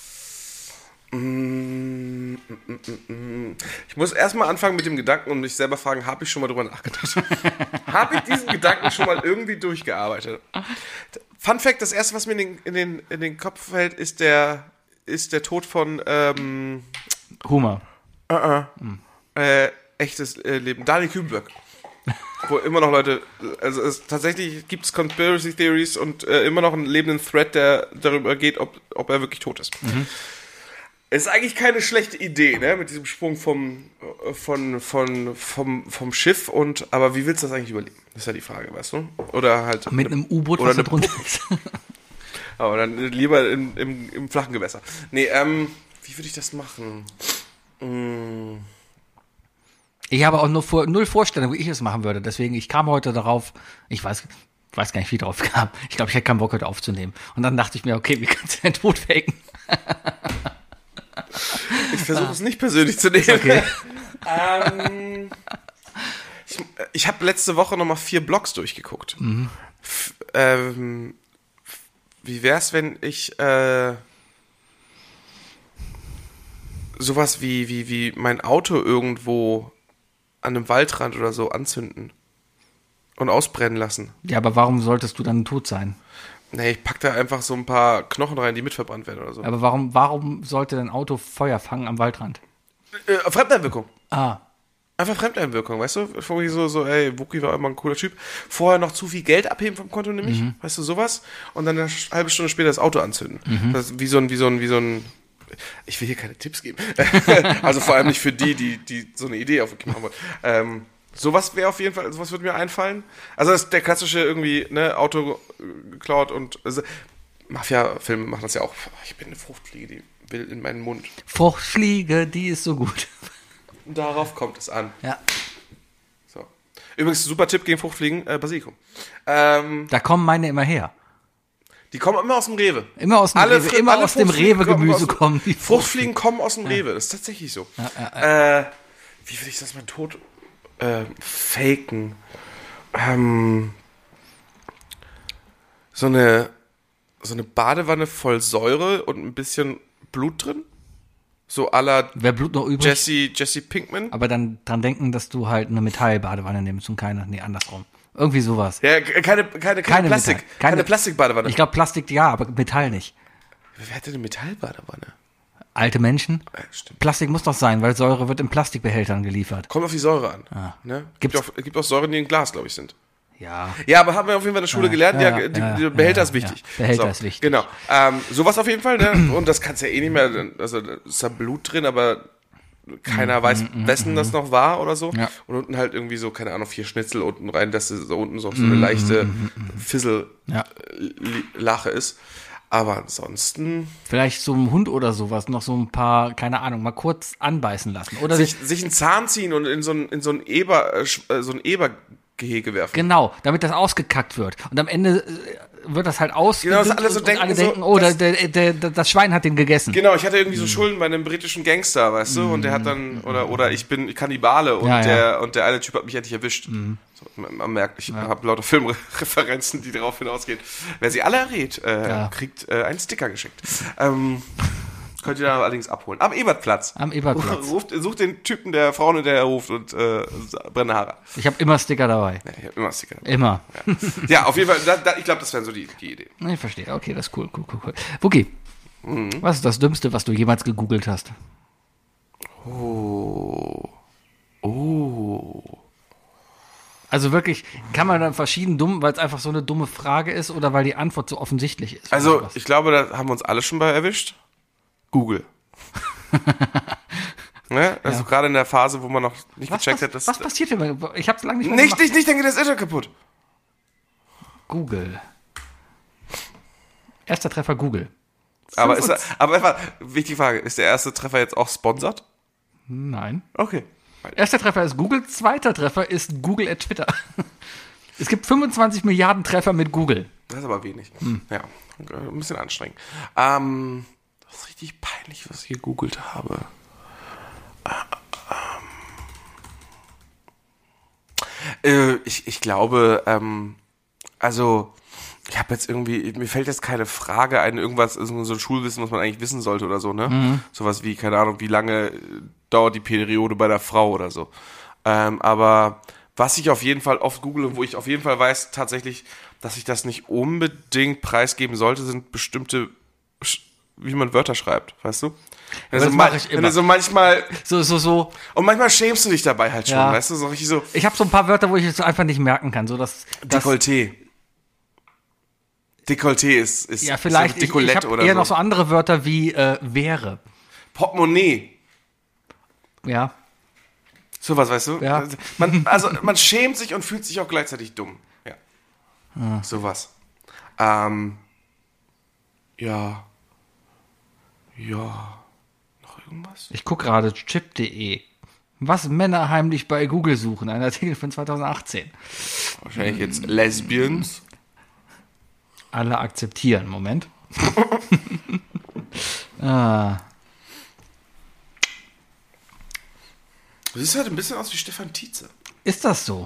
Ich muss erstmal anfangen mit dem Gedanken und mich selber fragen, habe ich schon mal drüber nachgedacht? Habe ich diesen Gedanken schon mal irgendwie durchgearbeitet? Fun Fact, das erste, was mir in den, in den, in den Kopf fällt, ist der, ist der Tod von ähm, Humor. äh, echtes äh, Leben. Daniel Kübelberg. Wo immer noch Leute, also es, tatsächlich gibt es Conspiracy Theories und äh, immer noch einen lebenden Thread, der darüber geht, ob, ob er wirklich tot ist. Mhm. Es ist eigentlich keine schlechte Idee, ne, mit diesem Sprung vom, von, von, vom, vom Schiff und, aber wie willst du das eigentlich überleben? Das ist ja die Frage, weißt du? Oder halt. Mit einem U-Boot, oder was da eine drunter ist. Aber dann lieber im, im, im flachen Gewässer. Nee, ähm, wie würde ich das machen? Hm. Ich habe auch nur vor, null Vorstellung, wie ich es machen würde. Deswegen, ich kam heute darauf, ich weiß, weiß gar nicht, wie ich drauf kam. Ich glaube, ich hätte keinen Bock, heute aufzunehmen. Und dann dachte ich mir, okay, wie kannst du deinen Tod faken? Ich versuche es nicht persönlich zu nehmen. Okay. ähm, ich ich habe letzte Woche nochmal vier Blogs durchgeguckt. Mhm. F- ähm, wie wär's, wenn ich äh, sowas wie, wie, wie mein Auto irgendwo an einem Waldrand oder so anzünden und ausbrennen lassen? Ja, aber warum solltest du dann tot sein? Nee, ich pack da einfach so ein paar Knochen rein, die mitverbrannt werden oder so. Aber warum, warum sollte dein Auto Feuer fangen am Waldrand? Äh, Fremdeinwirkung. Ah, Einfach Fremdeinwirkung, weißt du? Vorher so, so, ey, Wookie war immer ein cooler Typ. Vorher noch zu viel Geld abheben vom Konto nämlich, Mhm. weißt du, sowas. Und dann eine halbe Stunde später das Auto anzünden. Das ist wie so ein, wie so ein, wie so ein, ich will hier keine Tipps geben. Also vor allem nicht für die, die, die so eine Idee auf Wookie machen wollen. Ähm, sowas wäre auf jeden Fall, sowas würde mir einfallen. Also das ist der klassische irgendwie, ne, Auto äh, geklaut und, also, Mafia-Filme machen das ja auch. Ich bin eine Fruchtfliege, die will in meinen Mund. Fruchtfliege, die ist so gut. Und darauf kommt es an. Ja. So. Übrigens, super Tipp gegen Fruchtfliegen, äh, Basilikum. Ähm, Da kommen meine immer her. die kommen immer aus dem Rewe. Immer aus dem Alle Rewe, Fri- immer alle aus dem Fruchtfliegen Rewe-Gemüse aus dem- kommen die Fruchtfliegen kommen aus dem Rewe, das ist tatsächlich so. Äh, wie will ich das mein Tod äh, faken? Ähm, so eine so eine Badewanne voll Säure und ein bisschen Blut drin? So à la Wer Blut noch übrig? Jesse, Jesse Pinkman? Aber dann dran denken, dass du halt eine Metallbadewanne nimmst und keine, nee, andersrum. Irgendwie sowas. Ja, keine, keine, keine, Keine Plastik. Metall- Keine, keine- Plastikbadewanne. Ich glaube, Plastik ja, aber Metall nicht. Wer hätte eine Metallbadewanne? Alte Menschen? Ja, stimmt. Plastik muss doch sein, weil Säure wird in Plastikbehältern geliefert. Kommt auf die Säure an. Ah. Ne? Gibt, Gibt's- auch, gibt auch Säuren, die in Glas, glaube ich, sind. Ja. Ja, aber haben wir auf jeden Fall in der Schule Ja, gelernt, ja, ja, ja, die, ja, die Behälter ja, ist wichtig. ja. Behälter ist wichtig. Genau. Ähm, sowas auf jeden Fall, ne? Und das kannst du ja eh nicht mehr, also da ist da Blut drin, aber keiner weiß, wessen das noch war oder so. Ja. Und unten halt irgendwie so, keine Ahnung, vier Schnitzel unten rein, dass es so unten so, so eine leichte Ja. Fissel-Lache ist. Aber ansonsten Vielleicht so ein Hund oder sowas, noch so ein paar, keine Ahnung, mal kurz anbeißen lassen. Oder sich, sich einen Zahn ziehen und in so ein, in so ein Eber, äh, sch- äh, so ein Ebergehege werfen. Genau, damit das ausgekackt wird. Und am Ende äh, wird das halt ausgedünnt Genau, dass alle so und, denken, und alle so, denken, oh, dass- der, der, der, das Schwein hat den gegessen. Genau, ich hatte irgendwie so Schulden bei einem britischen Gangster, weißt du, und der hat dann, oder, oder ich bin Kannibale und Ja, ja. der, und der eine Typ hat mich endlich erwischt. So, man, man merkt, ich habe lauter Filmreferenzen, die darauf hinausgehen. Wer sie alle errät, äh, Ja. kriegt äh, einen Sticker geschenkt. Ähm, könnt ihr dann allerdings abholen. Am Ebertplatz. Am Ebertplatz. Ruft, sucht den Typen, der Frauen hinterher ruft und äh, brennende Haare. Ich habe immer Sticker dabei. Ja, ich hab immer Sticker. Immer. Ja, auf jeden Fall, da, da, ich glaube, das wäre so die, die Idee. Ich verstehe. Okay, das ist cool, cool, cool, cool. Wookie, Mhm. was ist das Dümmste, was du jemals gegoogelt hast? Oh. Oh. Also wirklich, kann man dann verschieden dumm, weil es einfach so eine dumme Frage ist oder weil die Antwort so offensichtlich ist? Also, oder was? ich glaube, da haben wir uns alle schon bei erwischt. Google. Ne? Also Ja. gerade in der Phase, wo man noch nicht was, gecheckt was, hat, dass... was passiert denn? Ich habe es lange nicht mehr Nicht, gemacht. nicht, nicht, denke, das Internet kaputt. Google. Erster Treffer Google. Aber, ist, Fünf und- aber einfach, wichtige Frage, ist der erste Treffer jetzt auch sponsert? Nein. Okay. Erster Treffer ist Google, zweiter Treffer ist Google at Twitter. Es gibt fünfundzwanzig Milliarden Treffer mit Google. Das ist aber wenig. Hm. Ja, ein bisschen anstrengend. Ähm, das ist richtig peinlich, was ich gegoogelt habe. Äh, ich, ich glaube, ähm, also ich habe jetzt irgendwie, mir fällt jetzt keine Frage ein, irgendwas, so ein Schulwissen, was man eigentlich wissen sollte oder so, ne? Mhm. Sowas wie, keine Ahnung, wie lange dauert die Periode bei der Frau oder so. Ähm, aber was ich auf jeden Fall oft google und wo ich auf jeden Fall weiß tatsächlich, dass ich das nicht unbedingt preisgeben sollte, sind bestimmte, wie man Wörter schreibt, weißt du? Wenn, das so, mache ma- ich wenn immer. du so manchmal, So, so, so. und manchmal schämst du dich dabei halt schon, Ja. weißt du? So richtig so, Ich habe so ein paar Wörter, wo ich es einfach nicht merken kann. So, dass, dass, Dekolleté. Dekolleté ist, ist, ja, vielleicht. ist Ich, ich Dekolett habe oder eher so. noch so andere Wörter wie äh, wäre. Portemonnaie. Ja. Sowas, weißt du? Ja. Man, also man schämt sich und fühlt sich auch gleichzeitig dumm. Ja. Ah. Sowas. Ähm, ja. Ja. Noch irgendwas? Ich gucke gerade chip punkt de. Was Männer heimlich bei Google suchen. Ein Artikel von zweitausendachtzehn. Wahrscheinlich jetzt Lesbians. Alle akzeptieren. Moment. ah. Du siehst halt ein bisschen aus wie Stefan Tietze. Ist das so?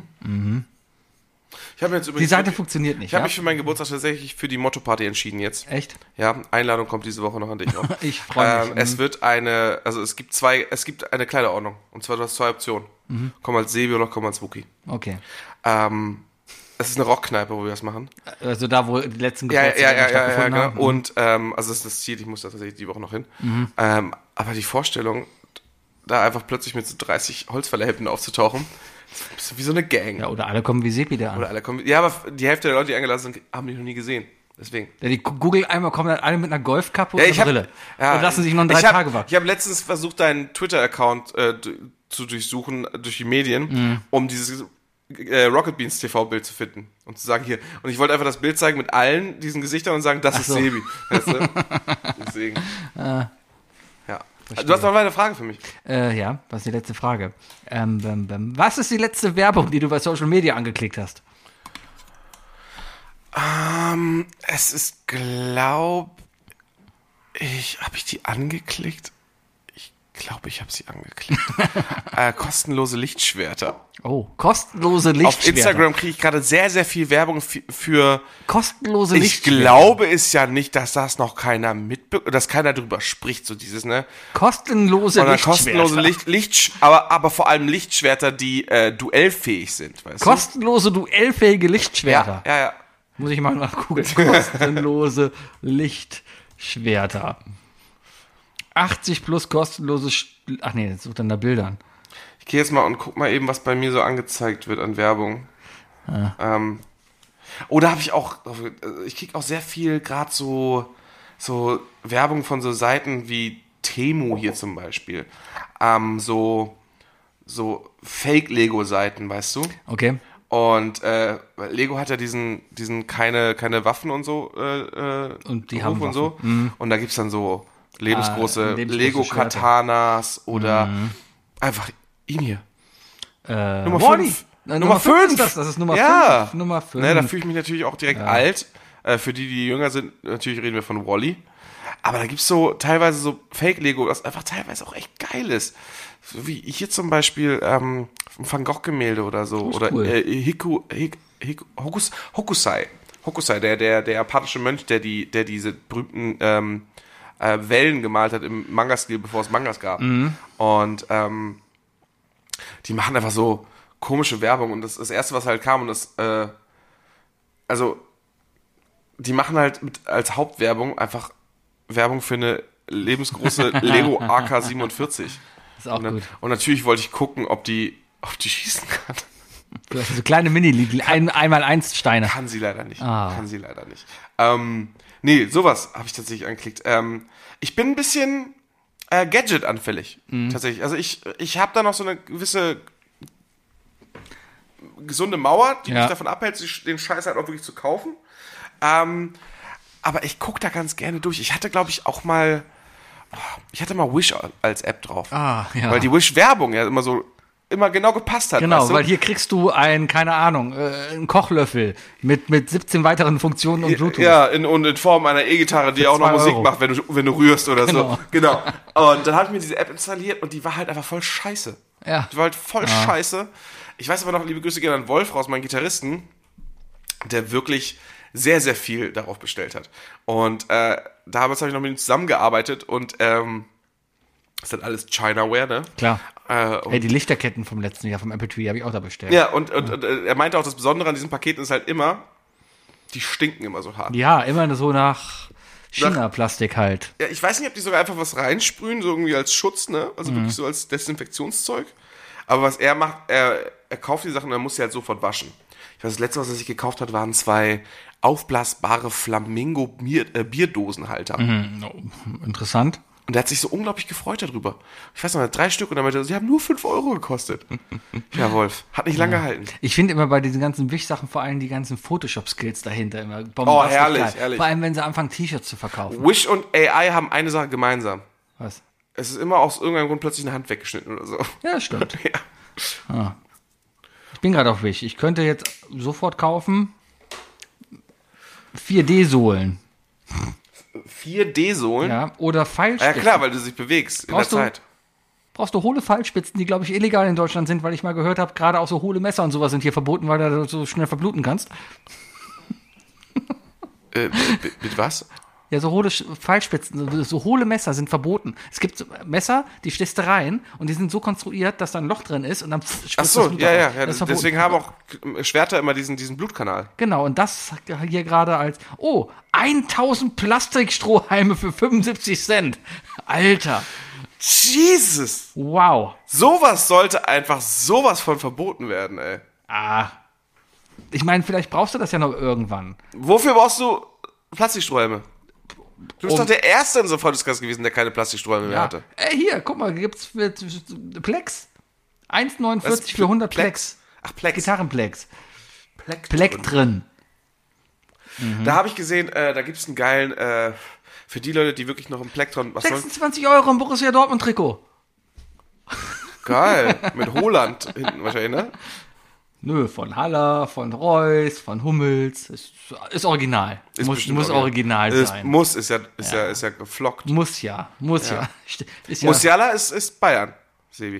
Ich habe jetzt Die übrigens Seite wirklich- funktioniert nicht. Ich habe Ja? mich für meinen Geburtstag tatsächlich für die Motto-Party entschieden jetzt. Echt? Ja, Einladung kommt diese Woche noch an dich auch. Ich freue mich. Ähm, es wird eine, also es gibt zwei, es gibt eine Kleiderordnung. Und zwar du hast zwei Optionen. Mhm. Komm als Sebi oder komm als Wookie. Okay. Ähm, es ist eine Rockkneipe, wo wir das machen. Also da, wo die letzten Ja, ja, Geburtstage ja, ja, ja, stattgefunden genau. haben. Und ähm, also das ist das Ziel, ich muss da tatsächlich die Woche noch hin. Ähm, aber die Vorstellung, da einfach plötzlich mit so dreißig Holzfällerhemden aufzutauchen, das ist wie so eine Gang. Ja, oder alle kommen wie Sepi da an. Oder alle kommen. Ja, aber die Hälfte der Leute, die eingeladen sind, haben die noch nie gesehen. Deswegen. Ja, die Google einmal kommen dann alle mit einer Golfkappe und Ja, einer ich hab, Brille. ja, und lassen sich noch einen drei ich hab, Tage warten. Ich habe letztens versucht, deinen Twitter-Account äh, d- zu durchsuchen, äh, durch die Medien, Mhm. um dieses äh, Rocket Beans T V-Bild zu finden. Und zu sagen, hier. Und ich wollte einfach das Bild zeigen mit allen diesen Gesichtern und sagen, das ist so. Sebi. Weißt du? Deswegen. ja. Du hast noch eine Frage für mich. Äh, ja, was ist die letzte Frage? Ähm, bäm, bäm. Was ist die letzte Werbung, die du bei Social Media angeklickt hast? Ähm, es ist, glaub ich, habe ich die angeklickt? Ich glaube, ich habe sie angeklickt. äh, kostenlose Lichtschwerter. Oh, kostenlose Lichtschwerter. Auf Instagram kriege ich gerade sehr, sehr viel Werbung f- für. Kostenlose Ich Lichtschwerter. glaube es ja nicht, dass das noch keiner mitbekommt, dass keiner drüber spricht, so dieses, ne? Kostenlose Oder Lichtschwerter. kostenlose Licht, Licht, aber, aber vor allem Lichtschwerter, die äh, duellfähig sind, weißt Kostenlose, duellfähige du? Lichtschwerter. Ja, ja, ja. Muss ich mal nachgucken. Kostenlose Lichtschwerter. achtzig plus kostenlose. Sch- Ach nee, jetzt sucht dann da Bildern. Ich gehe jetzt mal und guck mal eben, was bei mir so angezeigt wird an Werbung. Ähm, oder habe ich auch, ich krieg auch sehr viel gerade so, so Werbung von so Seiten wie Temu hier zum Beispiel. Ähm, so, so Fake-Lego-Seiten, weißt du? Okay. Und äh, Lego hat ja diesen, diesen keine, keine Waffen und so äh, äh, Und die Ruf haben und so. Und da gibt's dann so lebensgroße, Ah, lebensgroße Lego-Katanas oder einfach ihn hier. Äh, Nummer Wall-E. fünf. Äh, Nummer fünf fünf. ist das. Das ist Nummer Ja. fünf. Nummer fünf. Ne, da fühle ich mich natürlich auch direkt alt. Äh, für die, die jünger sind, natürlich reden wir von Wall-E. Aber da gibt's so teilweise so Fake-Lego, das einfach teilweise auch echt geil ist. So wie hier zum Beispiel ähm, ein Van Gogh-Gemälde oder so. ist Oder cool. äh, Hiku, Hik, Hik, Hokus, Hokusai. Hokusai, der, der, der japanische Mönch, der, die, der diese berühmten ähm, äh, Wellen gemalt hat im Manga-Stil, bevor es Mangas gab. Und ähm, die machen einfach so komische Werbung. Und das, das Erste, was halt kam, und das, äh, also, die machen halt mit, als Hauptwerbung einfach Werbung für eine lebensgroße Lego A K siebenundvierzig. ist auch Und, dann, gut. und natürlich wollte ich gucken, ob die, ob die schießen kann. So kleine Mini, ein, einmal eins Steine. Kann sie leider nicht. Ah. Kann sie leider nicht. Ähm, nee, sowas habe ich tatsächlich angeklickt. Ähm, ich bin ein bisschen äh, Gadget-anfällig. Tatsächlich. Also ich, ich habe da noch so eine gewisse gesunde Mauer, die Ja. mich davon abhält, sich den Scheiß halt auch wirklich zu kaufen. Ähm, aber ich gucke da ganz gerne durch. Ich hatte, glaube ich, auch mal Ich hatte mal Wish als App drauf. Ah, ja. Weil die Wish-Werbung ja immer so, immer genau gepasst hat. Genau, weißt du? weil hier kriegst du ein, keine Ahnung, äh, einen Kochlöffel mit, mit siebzehn weiteren Funktionen und Bluetooth. Ja, in, und in Form einer E-Gitarre, die auch noch zwei Musik Euro. macht, wenn du, wenn du rührst oder Genau. so. Genau. Und dann habe ich mir diese App installiert und die war halt einfach voll scheiße. Ja. Die war halt voll scheiße. Ich weiß aber noch, liebe Grüße gerne an Wolf raus, meinen Gitarristen, der wirklich sehr, sehr viel darauf bestellt hat. Und äh, damals habe ich noch mit ihm zusammengearbeitet und ähm, das ist dann alles Chinaware, ne? Klar. Äh, und Ey, die Lichterketten vom letzten Jahr vom Apple Tree habe ich auch da bestellt. ja, und, und, und äh, er meinte auch, das Besondere an diesen Paketen ist halt immer, die stinken immer so hart. Ja, immer so nach China-Plastik halt. Ja, ich weiß nicht, ob die sogar einfach was reinsprühen, so irgendwie als Schutz, ne? Also wirklich so als Desinfektionszeug. Aber was er macht, er, er kauft die Sachen und er muss sie halt sofort waschen. Ich weiß, das letzte, was er sich gekauft hat, waren zwei aufblasbare Flamingo-Bierdosenhalter. Mhm. Oh, interessant. Und er hat sich so unglaublich gefreut darüber. Ich weiß noch, er hat drei Stück und er meinte, sie haben nur fünf Euro gekostet. Ja, Wolf, hat nicht lange gehalten. Ich finde immer bei diesen ganzen Wish-Sachen vor allem die ganzen Photoshop-Skills dahinter immer Oh, bombastisch herrlich, geil. herrlich. Vor allem, wenn sie anfangen, T-Shirts zu verkaufen. Wish und A I haben eine Sache gemeinsam. Was? Es ist immer aus irgendeinem Grund plötzlich eine Hand weggeschnitten oder so. Ja, das stimmt. Ja. Ich bin gerade auf Wish. Ich könnte jetzt sofort kaufen vier D-Sohlen. vier D-Sohlen? Ja, oder Ja, Pfeilspitzen. klar, weil du dich bewegst in Brauchst der du- Zeit. Brauchst du hohle Pfeilspitzen, die, glaube ich, illegal in Deutschland sind, weil ich mal gehört habe, gerade auch so hohle Messer und sowas sind hier verboten, weil du so schnell verbluten kannst. Äh, mit, mit was? Ja, so hohle Sch- Pfeilspitzen, so- so hohle Messer sind verboten. Es gibt so Messer, die stehst du rein und die sind so konstruiert, dass da ein Loch drin ist und dann pff, Ach spritzt so, das Blut ja, raus. ja, ja. Das ist verboten. Deswegen haben auch Schwerter immer diesen, diesen Blutkanal. Genau, und das hier gerade als, oh, tausend Plastikstrohhalme für fünfundsiebzig Cent. Alter, Jesus! wow. Sowas sollte einfach sowas von verboten werden, ey. Ah. Ich meine, vielleicht brauchst du das ja noch irgendwann. Wofür brauchst du Plastikstrohhalme? Du bist Um- doch der Erste in unserem Freundeskreis gewesen, der keine Plastikstrohhalme mehr Ja. hatte. Ey, hier, guck mal, gibt's für, Plex. eins Was? neunundvierzig für hundert Plex. Ach, Plex. Gitarrenplex. Plex. Plex drin. Da habe ich gesehen, äh, da gibt es einen geilen, äh, für die Leute, die wirklich noch im Plektron, was soll, sechsundzwanzig Euro im Borussia Dortmund Trikot. geil, mit Holland hinten wahrscheinlich, ne? Nö, von Haller, von Reus, von Hummels. Ist, ist original. Ist muss bestimmt muss original Es sein. Muss, ist ja, ist ja, ist ja geflockt. Muss ja, muss ja. Ja. St- Ist ja. Musiala ist, ist Bayern, Sebi.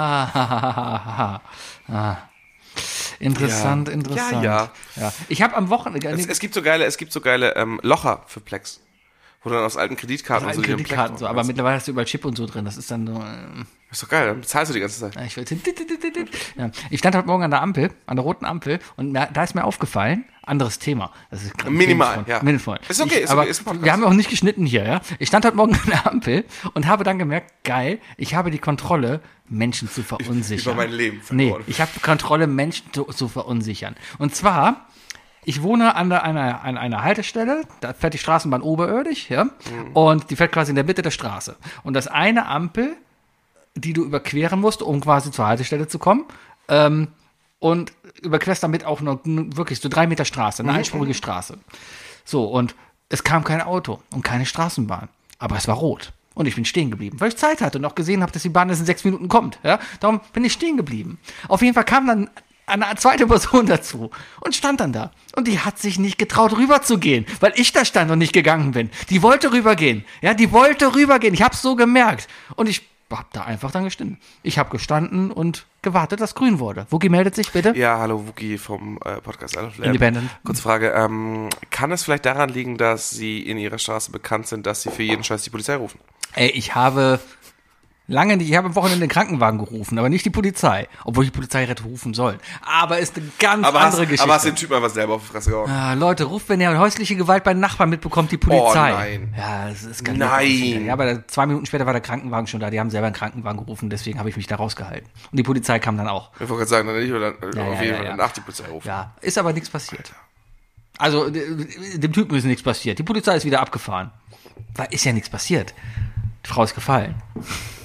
Ah, ah. Interessant, Ja. interessant. Ja, ja. Ich habe am Wochenende. Es, es gibt so geile, es gibt so geile ähm, Locher für Plex. Wo du dann aus alten Kreditkarten alten so dir einen Kreditkarten Plex so, aber mittlerweile hast du überall Chip und so drin. Das ist dann so. ähm, ist doch geil, dann bezahlst du die ganze Zeit. Ja, Ich, will- ja. ich stand heute Morgen an der Ampel, an der roten Ampel, und mir, da ist mir aufgefallen, anderes Thema. Das ist gerade ein Minimal, Thema von- ja. Minimal. Ist okay, ich, ist aber okay, ist ein Podcast. wir haben auch nicht geschnitten hier, ja. Ich stand heute Morgen an der Ampel und habe dann gemerkt, geil, ich habe die Kontrolle, Menschen zu verunsichern. Über mein Leben Nee, verloren. ich habe die Kontrolle, Menschen zu, zu verunsichern. Und zwar, ich wohne an, der, einer, an einer Haltestelle, da fährt die Straßenbahn oberirdisch, ja, Mhm. und die fährt quasi in der Mitte der Straße. Und das eine Ampel, die du überqueren musst, um quasi zur Haltestelle zu kommen, ähm, und überquerst damit auch noch n- wirklich so drei Meter Straße, eine einspurige Straße. So, und es kam kein Auto und keine Straßenbahn, aber es war rot. Und ich bin stehen geblieben, weil ich Zeit hatte und auch gesehen habe, dass die Bahn erst in sechs Minuten kommt. Ja? Darum bin ich stehen geblieben. Auf jeden Fall kam dann eine zweite Person dazu und stand dann da. Und die hat sich nicht getraut, rüberzugehen, weil ich da stand und nicht gegangen bin. Die wollte rübergehen. Ja, die wollte rübergehen. Ich hab's so gemerkt. Und ich hab da einfach dann gestanden. Ich habe gestanden und gewartet, dass grün wurde. Wookie meldet sich, bitte. Ja, hallo Wookie vom äh, Podcast I Love Lamb. Independent. Kurze Frage, ähm, kann es vielleicht daran liegen, dass Sie in Ihrer Straße bekannt sind, dass Sie für jeden Scheiß die Polizei rufen? Ey, ich habe lange nicht, ich habe am Wochenende den Krankenwagen gerufen, aber nicht die Polizei. Obwohl ich die Polizei hätte rufen sollen. Aber ist eine ganz Aber andere hast, Geschichte. aber hast den Typen einfach selber auf die Fresse gehauen. Ah, Leute, ruft, wenn ihr häusliche Gewalt bei Nachbarn mitbekommt, die Polizei. Oh, nein. Ja, das ist ganz Nein. Ja, aber da, zwei Minuten später war der Krankenwagen schon da. Die haben selber einen Krankenwagen gerufen, deswegen habe ich mich da rausgehalten. Und die Polizei kam dann auch. Ich wollte gerade sagen, dann nicht, oder dann, Ja, auf ja, jeden ja, Fall ja. danach die Polizei rufen. Ja, ist aber nichts passiert. Also, d- dem Typen ist nichts passiert. Die Polizei ist wieder abgefahren. Weil ist ja nichts passiert. Die Frau ist gefallen.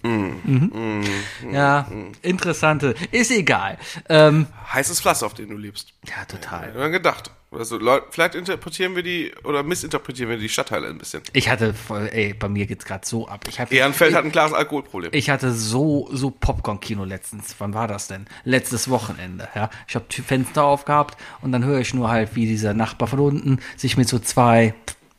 Mhm. Ja, interessante. Ist egal. Ähm, Heißes Pflaster, auf dem du lebst. ja, total. Hätte man gedacht. Also, Leute, vielleicht interpretieren wir die, oder missinterpretieren wir die Stadtteile ein bisschen. Ich hatte voll, ey, bei mir geht's gerade so ab. Ich hab, Ehrenfeld ich, hat ein klares Alkoholproblem. Ich hatte so, so Popcorn-Kino letztens. Wann war das denn? Letztes Wochenende, ja. Ich habe Fenster aufgehabt und dann höre ich nur halt, wie dieser Nachbar von unten sich mit so zwei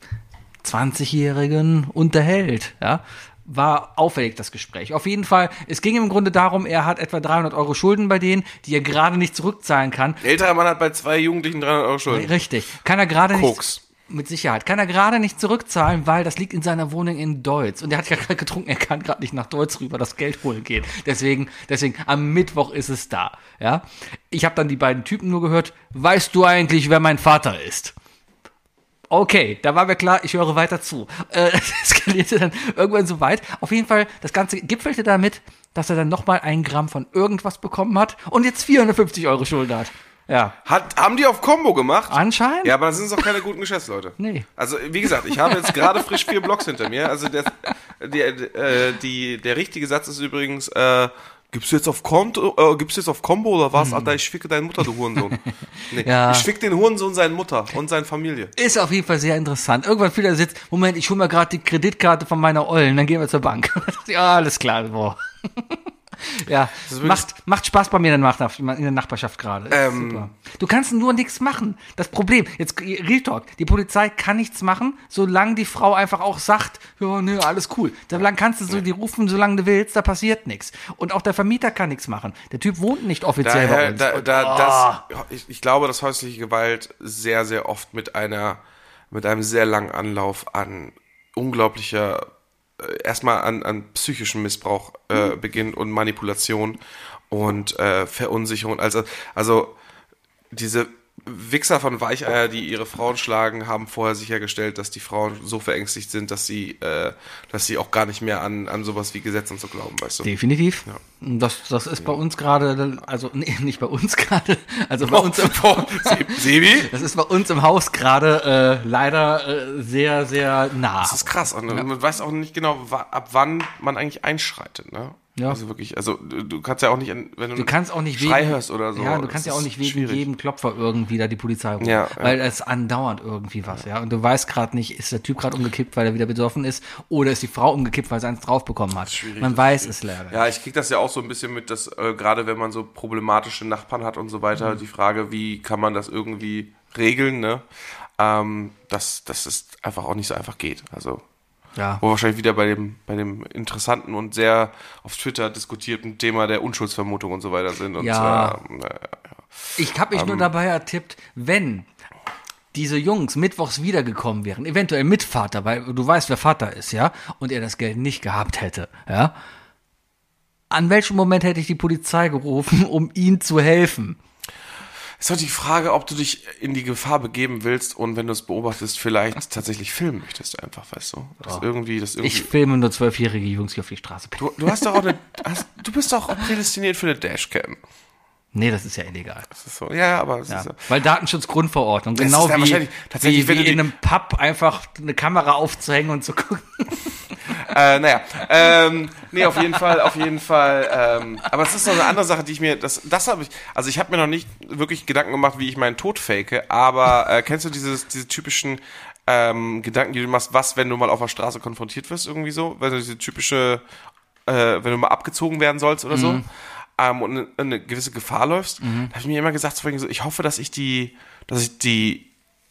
zwanzigjährigen unterhält, ja. War auffällig, das Gespräch. Auf jeden Fall, es ging im Grunde darum, er hat etwa dreihundert Euro Schulden bei denen, die er gerade nicht zurückzahlen kann. Ein älterer Mann hat bei zwei Jugendlichen dreihundert Euro Schulden. Richtig. Kann er gerade nicht, Koks. mit Sicherheit, kann er gerade nicht zurückzahlen, weil das liegt in seiner Wohnung in Deutz. Und er hat ja gerade getrunken, er kann gerade nicht nach Deutz rüber das Geld holen gehen. Deswegen, deswegen, am Mittwoch ist es da, ja. Ich habe dann die beiden Typen nur gehört, weißt du eigentlich, wer mein Vater ist? Okay, da war mir klar, ich höre weiter zu. Äh, das eskalierte dann irgendwann so weit. Auf jeden Fall, das Ganze gipfelte damit, dass er dann nochmal ein Gramm von irgendwas bekommen hat und jetzt vierhundertfünfzig Euro Schulden hat. Ja. Hat, haben die auf Combo gemacht? Anscheinend? Ja, aber das sind doch keine guten Geschäftsleute. Nee. Also, wie gesagt, ich habe jetzt gerade frisch vier Blocks hinter mir. Also, der, der, äh, die, der richtige Satz ist übrigens, äh, gibst du jetzt auf Konto, äh, gibst du jetzt auf Combo oder was? Alter, ich ficke deine Mutter, du Hurensohn. Nee, Ja. Ich fick den Hurensohn seine Mutter und seine Familie. Ist auf jeden Fall sehr interessant. Irgendwann fiel er sitzt, Moment, ich hole mir gerade die Kreditkarte von meiner Ollen, dann gehen wir zur Bank. Ja, alles klar, boah. Ja, macht, macht Spaß bei mir in der Nachbarschaft, in der Nachbarschaft gerade. Ist Ähm. super. Du kannst nur nichts machen. Das Problem, jetzt Real Talk, die Polizei kann nichts machen, solange die Frau einfach auch sagt, ja, nee, alles cool. Solange kannst du so die rufen, solange du willst, da passiert nichts. Und auch der Vermieter kann nichts machen. Der Typ wohnt nicht offiziell bei Daher, uns. da, Und, da, oh. das, ich, ich glaube, dass häusliche Gewalt sehr, sehr oft mit einer, mit einem sehr langen Anlauf an unglaublicher, äh, erstmal an, an psychischem Missbrauch äh, beginnt und Manipulation und äh, Verunsicherung. Also, also diese Wichser von Weicheier, die ihre Frauen schlagen, haben vorher sichergestellt, dass die Frauen so verängstigt sind, dass sie, äh, dass sie auch gar nicht mehr an, an sowas wie Gesetz und so glauben, weißt du? Definitiv. Ja. Das, das ist bei uns gerade, also nee, nicht bei uns gerade, also bei uns im Sebi? Das ist bei uns im Haus gerade äh, leider äh, sehr, sehr nah. Das ist krass. Und man weiß auch nicht genau, wa- ab wann man eigentlich einschreitet, ne? Ja. Also wirklich, also du, du kannst ja auch nicht, wenn du, Du kannst auch nicht Schrei wegen, hörst oder so. Ja, du das kannst ja auch ist nicht wegen schwierig. jedem Klopfer irgendwie da die Polizei rufen, Ja, weil es andauernd irgendwie was, ja. Und du weißt gerade nicht, ist der Typ gerade umgekippt, weil er wieder besoffen ist, oder ist die Frau umgekippt, weil sie eins drauf bekommen hat. schwierig, Man das weiß es leider. Ja, ich krieg das ja auch so ein bisschen mit, dass äh, gerade wenn man so problematische Nachbarn hat und so weiter, Mhm. die Frage, wie kann man das irgendwie regeln, ne? Ähm, dass, dass es einfach auch nicht so einfach geht. Also Ja. wo wir wahrscheinlich wieder bei dem, bei dem interessanten und sehr auf Twitter diskutierten Thema der Unschuldsvermutung und so weiter sind. Und, Ja. äh, naja, Ich habe mich nur dabei ertippt, wenn diese Jungs mittwochs wiedergekommen wären, eventuell mit Vater, weil du weißt, wer Vater ist, ja, und er das Geld nicht gehabt hätte, ja, an welchem Moment hätte ich die Polizei gerufen, um ihm zu helfen? Es ist halt die Frage, ob du dich in die Gefahr begeben willst und wenn du es beobachtest, vielleicht tatsächlich filmen möchtest einfach, weißt du? Das irgendwie, das irgendwie. Ich filme nur zwölfjährige Jungs, die auf die Straße Du, du hast doch auch eine, hast, du bist doch auch prädestiniert für eine Dashcam. Nee, das ist ja illegal. Das ist so, ja, aber es Ja, ist ja. weil Datenschutzgrundverordnung, Das genau ist ja wie, wahrscheinlich tatsächlich, wie, wenn wie du die- in einem Pub einfach eine Kamera aufzuhängen und zu gucken. Äh, naja, ähm, nee, auf jeden Fall, auf jeden Fall, ähm, aber es ist noch eine andere Sache, die ich mir, das, das habe ich, also ich habe mir noch nicht wirklich Gedanken gemacht, wie ich meinen Tod fake, aber äh, kennst du dieses, diese typischen ähm, Gedanken, die du machst, was, wenn du mal auf der Straße konfrontiert wirst, irgendwie so, wenn du diese typische, äh, wenn du mal abgezogen werden sollst oder so, ähm, und eine, eine gewisse Gefahr läufst, da habe ich mir immer gesagt, so, ich hoffe, dass ich die, dass ich die,